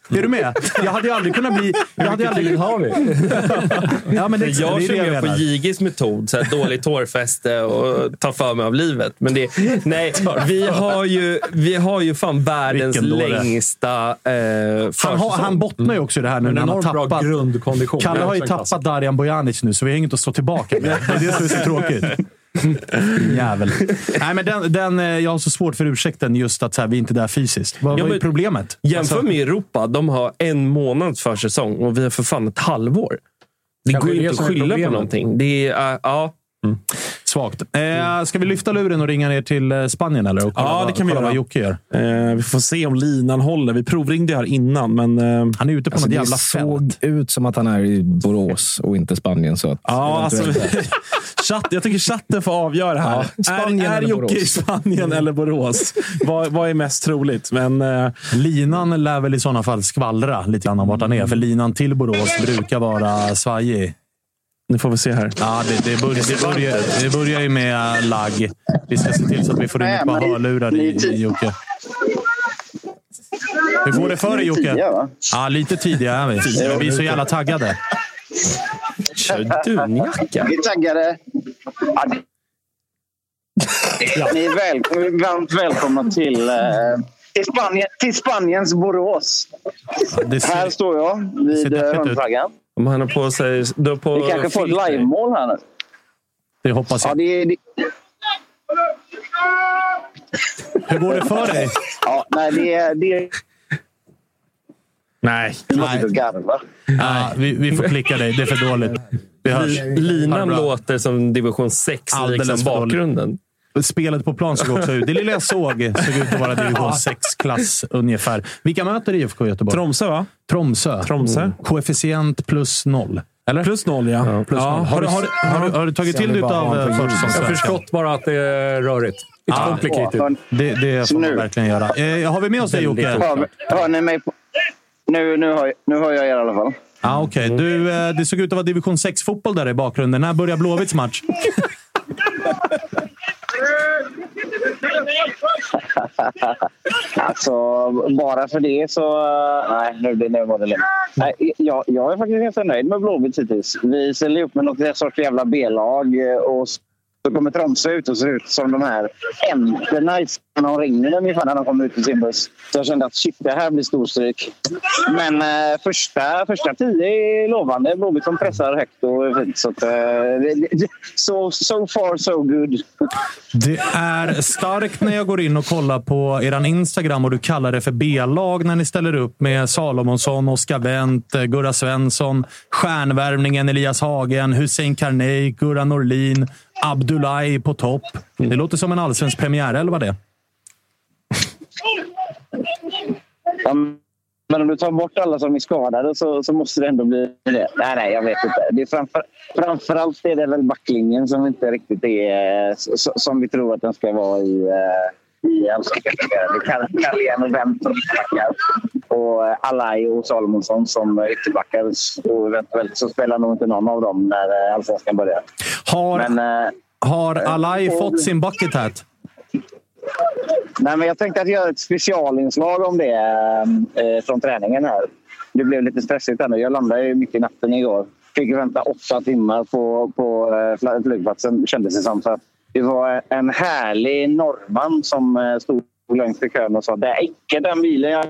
Är du med? Jag hade ju aldrig kunnat bli... Jag hade aldrig... har vi? Ja, men det, jag det är kör det med på Jigis metod. Så här, dåligt hårfäste och ta för mig av livet. Men det, nej, vi har ju, vi har ju fan världens längsta eh, han, har, han bottnar ju också i det här nu. Men när han har bra tappat... grundkondition. Kalle har ju tappat Darijan Bojanic nu, så vi har inget att stå tillbaka med. Det är det som är så tråkigt. Jävel. Nej, men den, den, jag har så svårt för ursäkten just att så här, vi är inte där fysiskt. Vad, ja, vad är problemet? Jämför alltså, med Europa. De har en månad för säsong och vi har för fan ett halvår. Det går inte att skylla på någonting. Det är, uh, ja. Mm. Svagt. Eh, ska vi lyfta luren och ringa ner till Spanien? Eller? Och ja, det kan vi göra. Vad Jocke gör. Eh, vi får se om linan håller. Vi provringde här innan, men... Eh, han är ute på alltså, något jävla fält. Det såg ut som att han är i Borås och inte Spanien. Så att ja, alltså... chatt, jag tycker chatten får avgöra här. Ja, Spanien är är Jocke i Spanien mm. eller Borås? vad, vad är mest troligt? Men, eh... linan lär väl i sådana fall skvallra lite grann om vart han är. För linan till Borås brukar vara svajig. Nu får vi se här. Ja, det, det, börjar, det, börjar, det börjar ju med lag. Vi ska se till så att vi får in ett par hörlurar i, i Jocke. Hur går det för dig, Jocke? Ja, lite tidigare är vi. Vi är så jävla taggade. Kör dunjacka. Vi är taggade. Ja. Ni är väl, varmt välkomna till, eh, till, Spanien, till Spaniens Borås. Ja, ser, här står jag vid hörnflaggan. Om han har på sig... Då på vi kanske får ett live-mål här nu. Det hoppas jag. Ja, det, det... Hur går det för dig? Ja, nej, det är... Det... Nej. Nej. Ja, vi, vi får klicka dig. Det är för dåligt. Vi hörs. Linan låter som division sex. Alldeles liksom bakgrunden. Spelet på plan såg också ut. Det lilla jag såg såg ut att vara division sex-klass ungefär. Vilka möter I F K Göteborg? Tromsö, va? Tromsö. Tromsö. Mm. Koefficient plus noll. Eller? Plus noll, ja. ja, plus ja. Noll. Har, du, har, har, har, har du tagit till dig av försäsongs? Jag har förstått bara att det är rörigt. It's ah, complicated. Det, det får man verkligen göra. Eh, har vi med oss dig, Jocke? Hör, hör ni mig på... Nu, nu, har jag, nu hör jag er i alla fall. Ah, Okej, okay. Du, det såg ut att vara division sex-fotboll där i bakgrunden. När börjar Blåvitts match? Alltså, bara för det så... Nej, nu blir det modellen. Nej, jag, jag är faktiskt ganska nöjd med Blåvitt hittills. Vi ställer upp med något sorts jävla B-lag och så kommer Tromsö ut och ser ut som de här ämterna i de ringer ungefär när de kommer ut i sin buss. Så jag kände att shit, det här blir storstryk. Men eh, första, första tio är lovande. Blåvitt som pressar högt och fint. Så, att, eh, so, so far so good. Det är starkt när jag går in och kollar på eran Instagram och du kallar det för B-lag när ni ställer upp med Salomonsson, Oskar Wendt, Gurra Svensson, stjärnvärvningen Elias Hagen, Hussein Karnej, Gurra Norlin, Abdullahi på topp. Det låter som en allsvensk premiär, eller vad det är? Ja, men om du tar bort alla som är skadade så, så måste det ändå bli det. Nej, nej, jag vet inte. Det är framför, framförallt är det väl backlinjen som inte riktigt är som vi tror att den ska vara i, i allsvenskan. Det kan Carlén och Wendt som backar. Och Alai och Salomonsson som ytterbackar. Och eventuellt så spelar nog inte någon av dem när allsvenskan börjar. Har, men, har Alai och, fått sin bucket hat? Nej, men jag tänkte att göra ett specialinslag om det eh, från träningen här. Det blev lite stressigt här nu. Jag landade ju mitt i natten igår. Fick vänta åtta timmar på, på eh, flygplatsen, kändes det som. Så det var en härlig norrman som eh, stod långt i kön och sa det är icke den bilen jag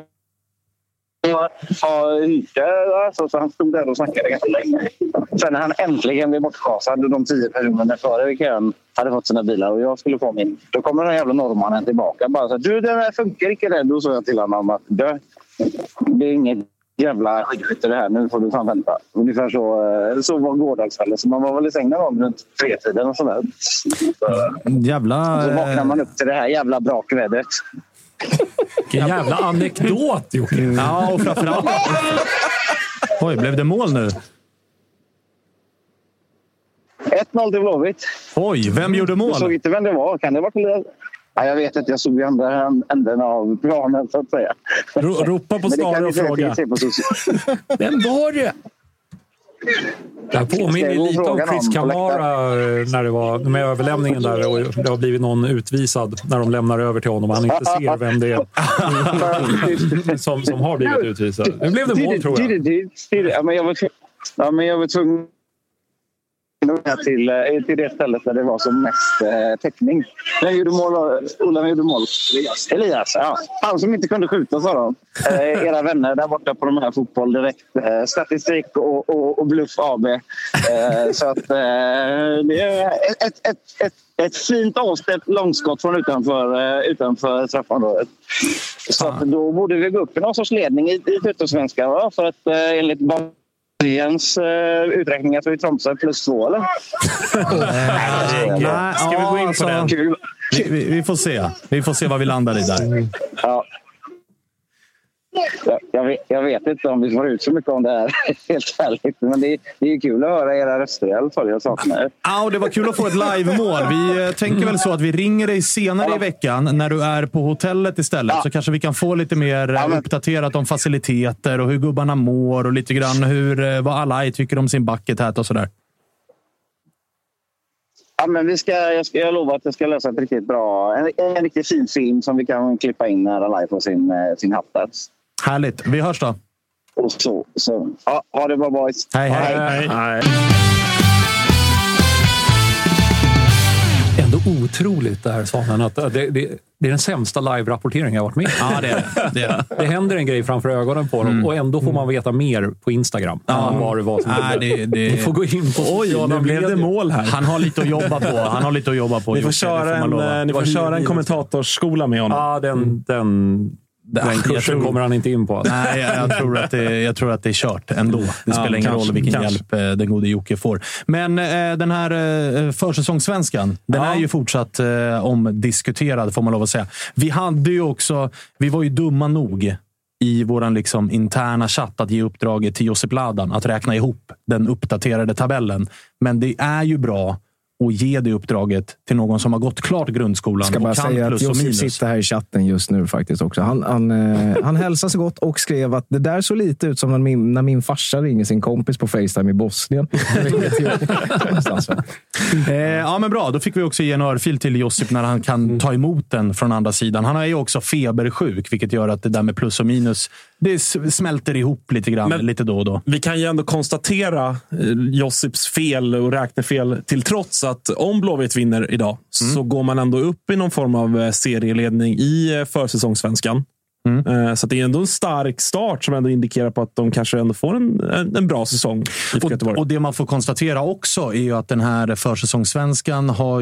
har hyrt. Alltså, så han stod där och snackade ganska länge. Sen när han äntligen blev bortschasad och de tio personerna före i kön hade fått sina bilar och jag skulle få min. Då kommer den jävla norrmannen tillbaka. Bara så, du, den här funkar inte det. Då sa jag till honom att det, det är inget jävla skidskytte det här. Nu får du fan vänta. Ungefär så, så var gårdagsfället. Så man var väl i sängen om runt tretiden och sådär. Så, jävla... och så vaknar man upp till det här jävla brakvädret. Vilken jävla anekdot, Jocke. Ja, och framförallt... Oj, blev det mål nu? ett noll till Blåvitt. Oj, vem gjorde mål? Jag såg inte vem det var. Kan det vara till... Ja, jag vet inte, jag såg i andra änden av planen så att säga. Ropa på stad och fråga. Vem var det? Det här påminner lite om Chris Kamara när det var med överlämningen där och det har blivit någon utvisad när de lämnar över till honom och han inte ser vem det är som, som har blivit utvisad. Nu blev det mål, tror jag. Ja, men jag var ja, men jag var tvungen till, till det stället där det var som mest eh, täckning. Jag gjorde mål, Ola gjorde mål. Elias. Elias, ja. Han som inte kunde skjuta, sa de. Eh, era vänner där borta på de här Fotboll Direkt. Eh, statistik och, och, och Bluff A B. Eh, så att eh, det är ett, ett, ett, ett, ett fint avställt långskott från utanför, eh, utanför straffområdet. Så att då borde vi gå upp i någon sorts ledning i, i Tuttosvenska, va? För att eh, enligt Jens uh, uträkningar så är Tromsö plus två, eller? Nej, ska vi gå in på den? Vi, vi, vi får se. Vi får se vad vi landar i där. Ja. Jag, jag, vet, jag vet inte om vi får ut så mycket om det här, helt ärligt. Men det, det är kul att höra era röster i alla fall. Jag saknar. Ja, det var kul att få ett live-mål. Vi eh, tänker väl så att vi ringer dig senare ja. i veckan när du är på hotellet istället. Ja. Så kanske vi kan få lite mer ja, men... uppdaterat om faciliteter och hur gubbarna mår och lite grann hur, eh, vad alla tycker om sin bucket här och sådär. Ja, men vi ska, jag, ska, jag lovar att jag ska lösa ett riktigt bra, en, en riktigt fin film som vi kan klippa in när alla får sin, sin hatt där. Härligt. Vi hörs då. Och så, så. Ja, ha det bra, boys. Hej, hej. hej. hej. Ändå otroligt det här, Svanen, att det, det, det är den sämsta live-rapporteringen jag varit med. Ja, det är det. Det, är. det händer en grej framför ögonen på dem mm. och ändå får man veta mer på Instagram. Ja. Var det var som Nej, det, det... Du får gå in på... Oj, nu blev det mål här. Han har lite att jobba på. Han har lite att jobba på. Ni får köra en, ni får köra en kommentatorskola med honom. Ja, den... den... Den kursen tror, kommer han inte in på. Nej, jag, jag, tror att det, jag tror att det är kört ändå. Det ja, spelar ingen kanske, roll vilken kanske. hjälp eh, den gode Jocke får. Men eh, den här eh, försäsongssvenskan, den ja. är ju fortsatt eh, omdiskuterad, får man lov att säga. Vi hade ju också, vi var ju dumma nog i våran liksom interna chatt att ge uppdraget till Josip Ladan att räkna ihop den uppdaterade tabellen. Men det är ju bra och ge det uppdraget till någon som har gått klart grundskolan. Ska bara och kan säga plus att och minus. Josip sitter här i chatten just nu faktiskt också. Han, han, eh, han hälsar så gott och skrev att det där så lite ut som när min, när min farsa ringer sin kompis på FaceTime i Bosnien. eh, ja, men bra. Då fick vi också ge en örfil till Josip när han kan ta emot den från andra sidan. Han är ju också febersjuk, vilket gör att det där med plus och minus det smälter ihop lite grann, men lite då och då. Vi kan ju ändå konstatera eh, Josips fel och räknefel till trots att om Blåvitt vinner idag mm. så går man ändå upp i någon form av serieledning i försäsongssvenskan. Mm. Eh, så det är ändå en stark start som ändå indikerar på att de kanske ändå får en, en, en bra säsong. Och, och det man får konstatera också är ju att den här försäsongssvenskan har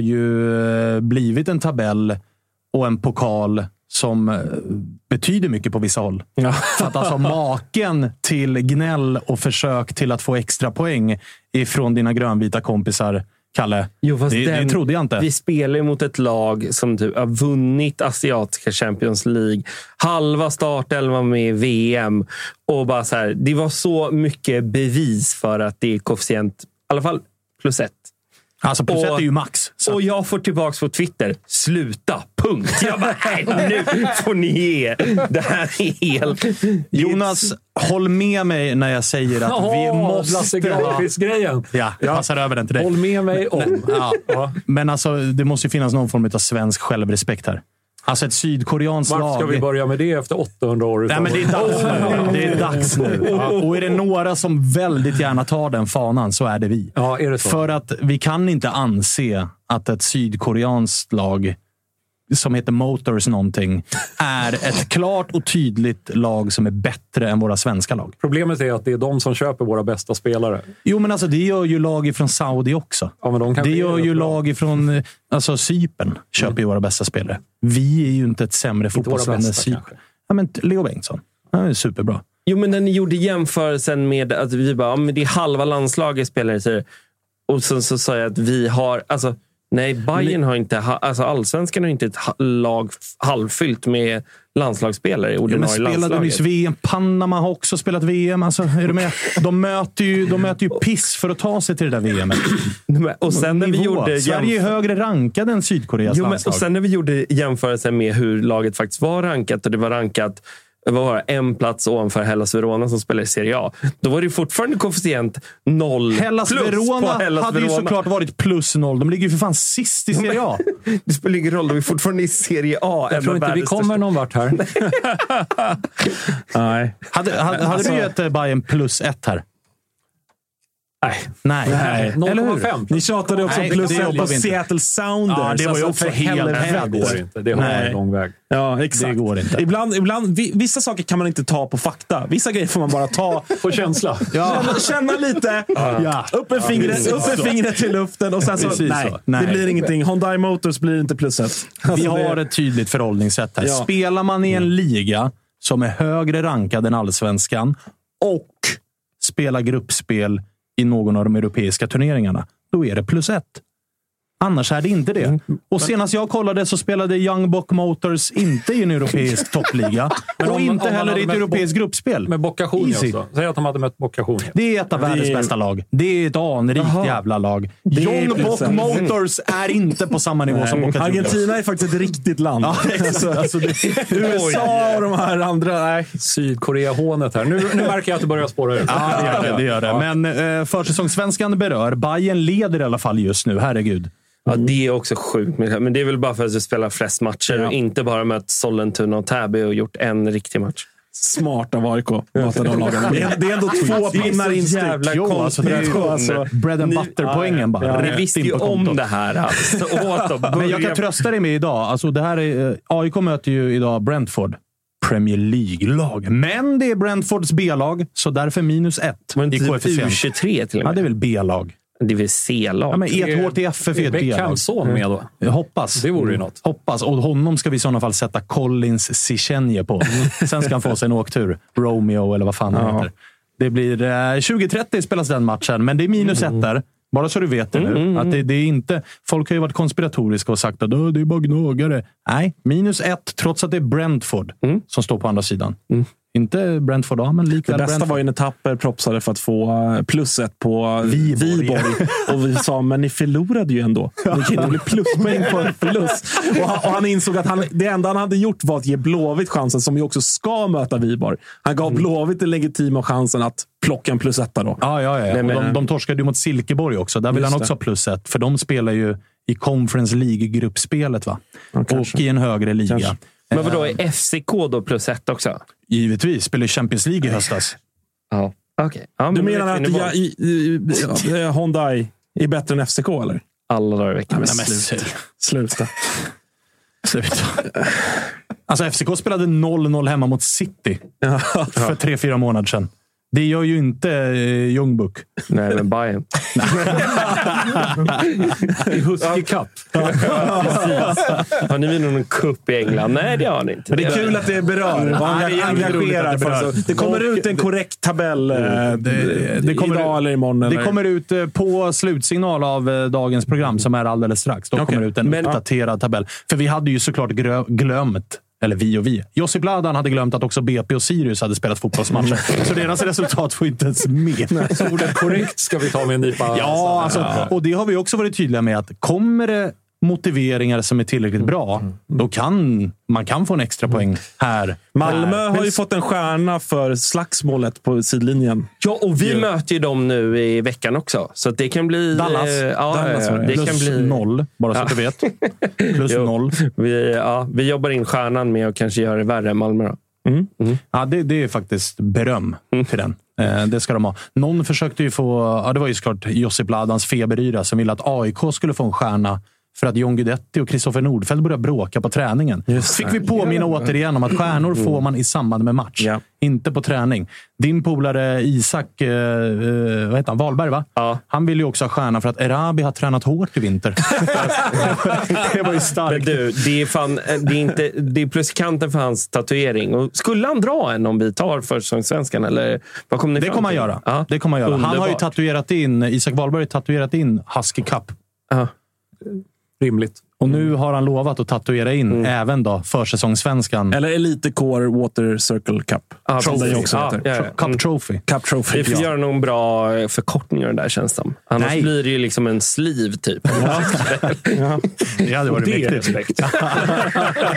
ju blivit en tabell och en pokal som betyder mycket på vissa håll. Ja. För att alltså maken till gnäll och försök till att få extra poäng ifrån dina grönvita kompisar, Kalle, jo, det, den, det trodde jag inte. Vi spelar ju mot ett lag som typ har vunnit asiatiska Champions League. Halva startelvan med i V M. Och bara så här, det var så mycket bevis för att det är koefficient, i alla fall plus ett. Alltså plus ett är ju max. Så. Och jag får tillbaka på Twitter. Sluta, punkt. Jag bara, nej, nu får ni ge. Det här är helt... Jonas, håll med mig när jag säger att oh, vi måste... Lasse Granqvist-grejen. Ja, jag passar över den till dig. Håll med mig om. Ja, ja. Men alltså, det måste ju finnas någon form av svensk självrespekt här. Alltså ett sydkoreanskt lag. Varför ska vi börja med det efter åttahundra år? Nej, men det är dags nu. Det är dags nu. Ja. Och är det några som väldigt gärna tar den fanan så är det vi. Ja, är det så? För att vi kan inte anse att ett sydkoreanskt lag som heter Motors någonting är ett klart och tydligt lag som är bättre än våra svenska lag. Problemet är att det är de som köper våra bästa spelare. Jo, men alltså det gör ju lag från Saudi också. Ja, men de kan det gör ju lag från alltså Cypern köper mm. ju våra bästa spelare. Vi är ju inte ett sämre fotbollsland än Cypern. Ja, men Leo Bengtsson. Han är superbra. Jo, men när ni gjorde jämförelsen med att vi bara, ja, men det är halva landslaget spelare och sen så sa jag att vi har, alltså nej, Bayern har inte, alltså allsvenskan har inte ett lag halvfyllt med landslagsspelare. Ja, men spelade nyss V M. Panama har också spelat V M. Alltså, är du med? De möter ju, de möter ju piss för att ta sig till det där V M. Och sen när vi gjorde Sverige är högre rankad än Sydkoreas jo, men, landslag. och sen när vi gjorde jämförelsen med hur laget faktiskt var rankat och det var rankat vad var det, en plats ovanför Hellas Verona som spelar i Serie A. Då var det fortfarande koefficient noll Hellas plus Verona på Hellas hade Verona. ju såklart varit plus noll. De ligger ju för fan sist i Serie A. Det spelar ingen roll, de är fortfarande i Serie A. Jag tror inte vi kommer någon vart här. Nej. Hade, hade, hade du gett Bayern plus ett här? Nej. Nej. Nej. noll komma fem. Ni tjatade också om plus ett på Seattle Sounders. Ja, det var ju också helt Det går inte. Det har en lång väg. Ja, exakt. Det går inte. Ibland, ibland, vissa saker kan man inte ta på fakta. Vissa grejer får man bara ta på känsla. Ja. Känna, känna lite. Ja. Upp en fingret, ja, upp en fingret till luften och sen så, nej, så. nej, det blir ingenting. Hyundai Motors blir inte plus ett. Alltså, vi har det... ett tydligt förhållningssätt här. Ja. Spelar man i en liga som är högre rankad än allsvenskan och spelar gruppspel i någon av de europeiska turneringarna, då är det plus ett. Annars är det inte det. Och senast jag kollade så spelade Young Bock Motors inte i en europeisk toppliga. Och om, inte om heller i ett europeiskt gruppspel. Med Boca Juniors också. Säg att de hade mött Boca Juniors. Det är ett av världens är... bästa lag. Det är ett anrikt Aha. jävla lag. Young Bock Motors är inte på samma nivå Nej. som Boca Juniors. Argentina är faktiskt ett riktigt land. Ja, alltså, alltså det... U S A och de här andra. Nej. Sydkorea-hånet här. Nu, nu märker jag att det börjar spåra ut. Ja, det gör det. det, gör det. Ja. Men eh, försäsongssvenskan berör. Bayern leder i alla fall just nu. Herregud. Ja, det är också sjukt. Men det är väl bara för att du spelar flest matcher ja. och inte bara mött Sollentuna och Täby och gjort en riktig match. Smart av A I K. Det är, det är ändå två pinnar in jävla jo, alltså, det är alltså, bread and butter-poängen bara. Ja, ja. Vi visste ju om det här. Alltså, åt Men jag kan trösta dig med idag. Alltså, det här är, A I K möter ju idag Brentford. Premier League-lag. Men det är Brentfords B-lag, så därför minus ett men i koefficient. U tjugotre till och med. Ja, det är väl B-lag. Det är väl C-lag. Ja, men ett hårt i F F är ett B-lag. Beckhams son med då? Jag hoppas. Det vore ju något. Hoppas. Och honom ska vi i sådana fall sätta Collins Sichenje på. Sen ska han få sig en åktur. Romeo eller vad fan han heter. Det blir eh, tjugo trettio spelas den matchen, men det är minus ett där. Bara så du vet det nu. Mm, mm, att det, det är inte, folk har ju varit konspiratoriska och sagt att det är bara gnagare. Nej, minus ett trots att det är Brentford mm. som står på andra sidan. Mm. Inte Brentford då, men likväl det bästa Brentford. var ju när Tapper propsade för att få plus ett på Viborg. Och vi sa, men ni förlorade ju ändå. Det kan inte bli pluspoäng på en förlust. Och han, och han insåg att han, det enda han hade gjort var att ge Blåvitt chansen, som ju också ska möta Viborg. Han gav Blåvitt den legitima chansen att plocka en plus etta då. Ja, ja, ja. Nej, de, de torskade ju mot Silkeborg också. Där vill han också ha plus ett. För de spelar ju i Conference League-gruppspelet, va? Ja, och i en högre liga. Kanske. Men vadå, är F C K då plus ett också? Givetvis. Spelar Champions League i höstas. Ja, okej. Okay. Ja, du menar att jag, i, i, i, Hyundai är bättre än F C K, eller? Alla dagar i veckan. Ja, sluta. Sluta. Sluta. Alltså, F C K spelade noll noll hemma mot City ja. för tre, fyra månader sedan. Det gör ju inte eh, Ljungbuck. Nej, men Bayern. I Husky Cup. Har ni vunnit någon cup i England? Nej, det har ni inte. Men det är kul att det berör. Det engagerar. Det, berör. det kommer ut en korrekt tabell det, det, det kommer idag ut, eller imorgon. Det eller? kommer ut på slutsignal av dagens program som är alldeles strax. Då okay. kommer ut en men, uppdaterad tabell. För vi hade ju såklart glömt Eller vi och vi. Josip Ladan hade glömt att också B P och Sirius hade spelat fotbollsmatcher. Så deras resultat får inte ens med. Så ordet korrekt ska vi ta med en nypa. Ja, alltså, och det har vi också varit tydliga med. Att kommer det motiveringar som är tillräckligt bra, då kan man kan få en extra poäng här. Malmö här. har ju Men... fått en stjärna för slagsmålet på sidlinjen. Ja, och vi ja. möter ju dem nu i veckan också. Så det kan bli... Dallas. Eh, ja, Dallas ja, det Plus kan bli... noll, bara så ja. att du vet. Plus jo, noll. Vi, ja, vi jobbar in stjärnan med att kanske göra det värre än Malmö då. Mm. Mm. Ja, det, det är faktiskt beröm mm. till den. Eh, det ska de ha. Någon försökte ju få... Ja, det var ju såklart Josip Ladans feberyra som ville att A I K skulle få en stjärna för att John Guidetti och Kristoffer Nordfeldt började bråka på träningen. Just fick vi påminna ja. återigen om att stjärnor får man i samband med match. Ja. Inte på träning. Din polare Isak eh, vad heter han? Wahlberg, va? Ja. Han vill ju också ha stjärna för att Erabi har tränat hårt i vinter. Det var ju starkt. Men du, det är, fan, det är, inte, det är plus kanten för hans tatuering. Och skulle han dra en om vi tar försäsongssvenskan? Eller vad kommer ni det kommer han göra. Ja. Det kommer han göra. Han har ju tatuerat in, Isak Wahlberg har tatuerat in Husky Cup. Ja. Rimligt. Och nu har han lovat att tatuera in mm. även då försäsongssvenskan. Eller Elite Core Water Circle Cup. Ah, trophy. Också ah, ja, ja. Cup Trophy. Cup Trophy. Vi får ja. göra någon bra förkortningar där, känns det. Annars Nej. blir det ju liksom en sleeve typ. Ja, ja det hade varit mäktigt.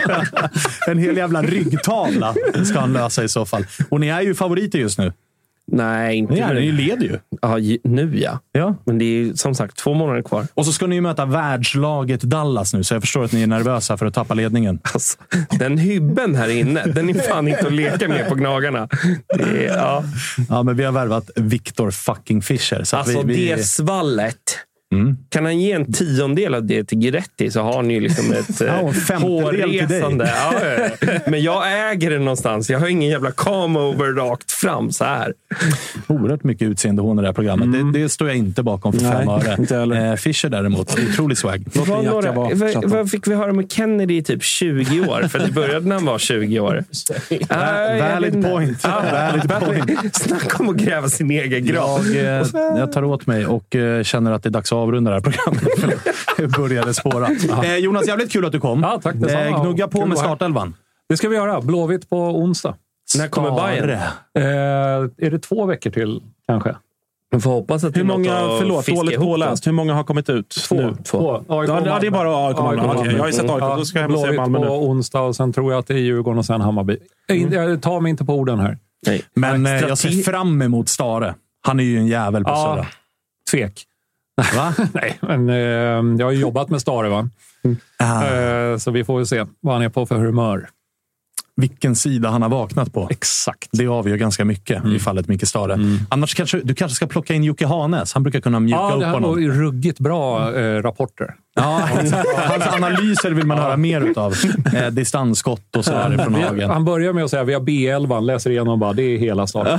En hel jävla ryggtavla ska han lösa i så fall. Och ni är ju favoriter just nu. Nej, inte ja, ni leder ju. Ja, nu ja. ja. Men det är ju som sagt två månader kvar. Och så ska ni ju möta världslaget Dallas nu, så jag förstår att ni är nervösa för att tappa ledningen. Alltså, den hybben här inne, den är fan inte att leka med på Gnagarna. Det är, ja. ja, men vi har värvat Victor fucking Fischer. Så alltså vi, vi... det svallet. Mm. Kan han ge en tiondel av det till Giretti så har han ju liksom ett ja, hårresande. Ja, ja. Men jag äger det någonstans. Jag har ingen jävla come-over rakt fram så här. Oerhört mycket utseendehån i det här programmet. Mm. Det, det står jag inte bakom för fem öre. Eh, Fischer däremot, otrolig swag. Några, vad, vad fick vi höra med Kennedy i typ tjugo år? För det började när han var tjugo år. Va- valid point. Ja, valid point. Snacka om att gräva sin egen grav. Jag, eh, jag tar åt mig och eh, känner att det är dags att avrunda det här programmet. Det började spåra. Eh, Jonas, jävligt kul att du kom. Ja, tack. Eh, gnugga på med startelvan. Det ska vi göra. Blåvitt på onsdag. När kommer Bayern? Eh, är det två veckor till kanske? Man får hoppas att hur många, förlåt, dåligt påläst. Hur många har kommit ut? Två. Nu? Två. Ja, det är bara A I K Malmö. Okay, jag har ju sett A I K. Ja, då ska jag hem och se Malmö nu. på onsdag och sen tror jag att det är Djurgården och sen Hammarby. Mm. Jag tar mig inte på orden här. Nej. Men eh, jag ser fram emot Stare. Han är ju en jävel på ja, Söra. Tvek. Va? Nej, men eh, jag har ju jobbat med Stare, va? Mm. Ah. Eh, så vi får ju se vad han är på för humör. Vilken sida han har vaknat på. Exakt. Det avgör ganska mycket mm. i fallet Micke Stare. Mm. Annars kanske du kanske ska plocka in Jocke Hanes. Han brukar kunna mjuka ja, upp honom. Ja, det här var ruggigt bra eh, rapporter. Ja, hans analyser vill man höra mer utav. Eh, distansskott och så där från Hagen. Han börjar med att säga vi har B elva, läser igenom bara, det är hela starten.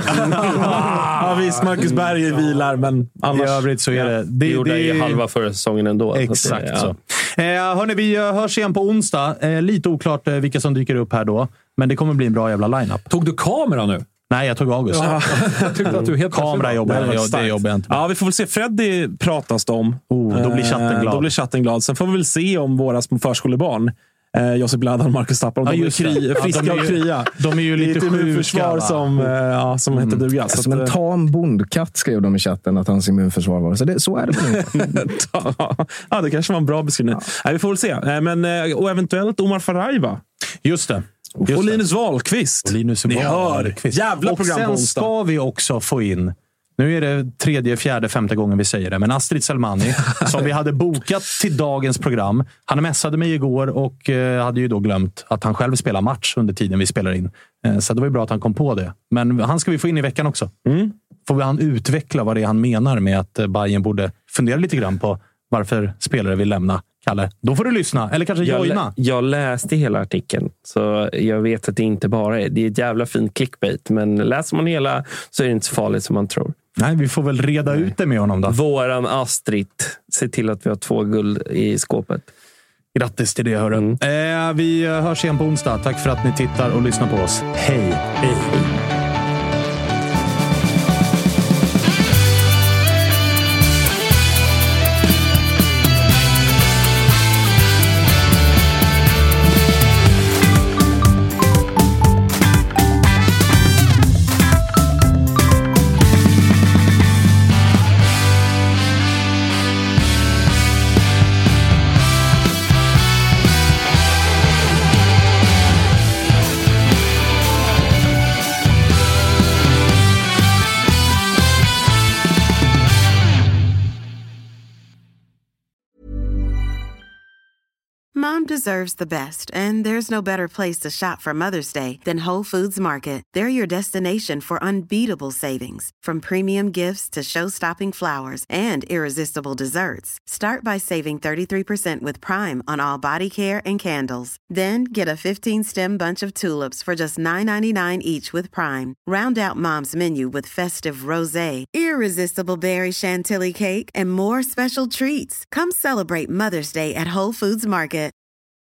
Ja, visst, Marcus Berg vilar, men annars... I övrigt så är det... Det, det gjorde det... halva förra säsongen ändå. Exakt så. så. Ja. Eh, hörni, vi hörs igen på onsdag. Eh, lite oklart eh, vilka som dyker upp här då. Men det kommer bli en bra jävla line-up. Tog du kamera nu? Nej, jag tog August. Ja. Jag tyckte att du helt kamera jobbar jag, ja, det jobbar jag inte med. Ja, vi får väl se. Freddy pratas det om. Oh, då blir chatten glad. Då blir chatten glad. Sen får vi väl se om våra små förskolebarn eh, Josip Bladan och Marcus Tapper, om ja, de är kry, friska ja, de är ju, och krya. De är ju lite sjuka. Försvar som, eh, ja, som mm. heter duga. Alltså, som en tam bondkatt skrev de i chatten att hans immunförsvar var. Så, det, så är det väl inte. Ja, det kanske var en bra beskrivning. Ja. Nej, vi får väl se. Eh, men, och eventuellt Omar Faraiva. Just det. Just och Linus Wahlqvist. Och Linus Ni Wahlqvist. hör. Jävla program. Och sen ska vi också få in, nu är det tredje, fjärde, femte gången vi säger det, men Astrid Selmani som vi hade bokat till dagens program. Han messade mig igår och eh, hade ju då glömt att han själv spelar match under tiden vi spelar in. Eh, så det var ju bra att han kom på det. Men han ska vi få in i veckan också. Mm. Får vi han utveckla vad det är han menar med att eh, Bayern borde fundera lite grann på varför spelare vill lämna. Kalle, då får du lyssna. Eller kanske jag joina. Lä- jag läste hela artikeln. Så jag vet att det inte bara är. Det är ett jävla fint clickbait. Men läser man hela så är det inte så farligt som man tror. Nej, vi får väl reda Nej. ut det med honom då. Våran Astrid. Se till att vi har två guld i skåpet. Grattis till det, hörru. Mm. Eh, vi hörs igen på onsdag. Tack för att ni tittar och lyssnar på oss. Hej! Hej! Mom deserves the best, and there's no better place to shop for Mother's Day than Whole Foods Market. They're your destination for unbeatable savings, from premium gifts to show-stopping flowers and irresistible desserts. Start by saving thirty-three percent with Prime on all body care and candles. Then get a fifteen-stem bunch of tulips for just nine ninety-nine each with Prime. Round out Mom's menu with festive rosé, irresistible berry chantilly cake, and more special treats. Come celebrate Mother's Day at Whole Foods Market.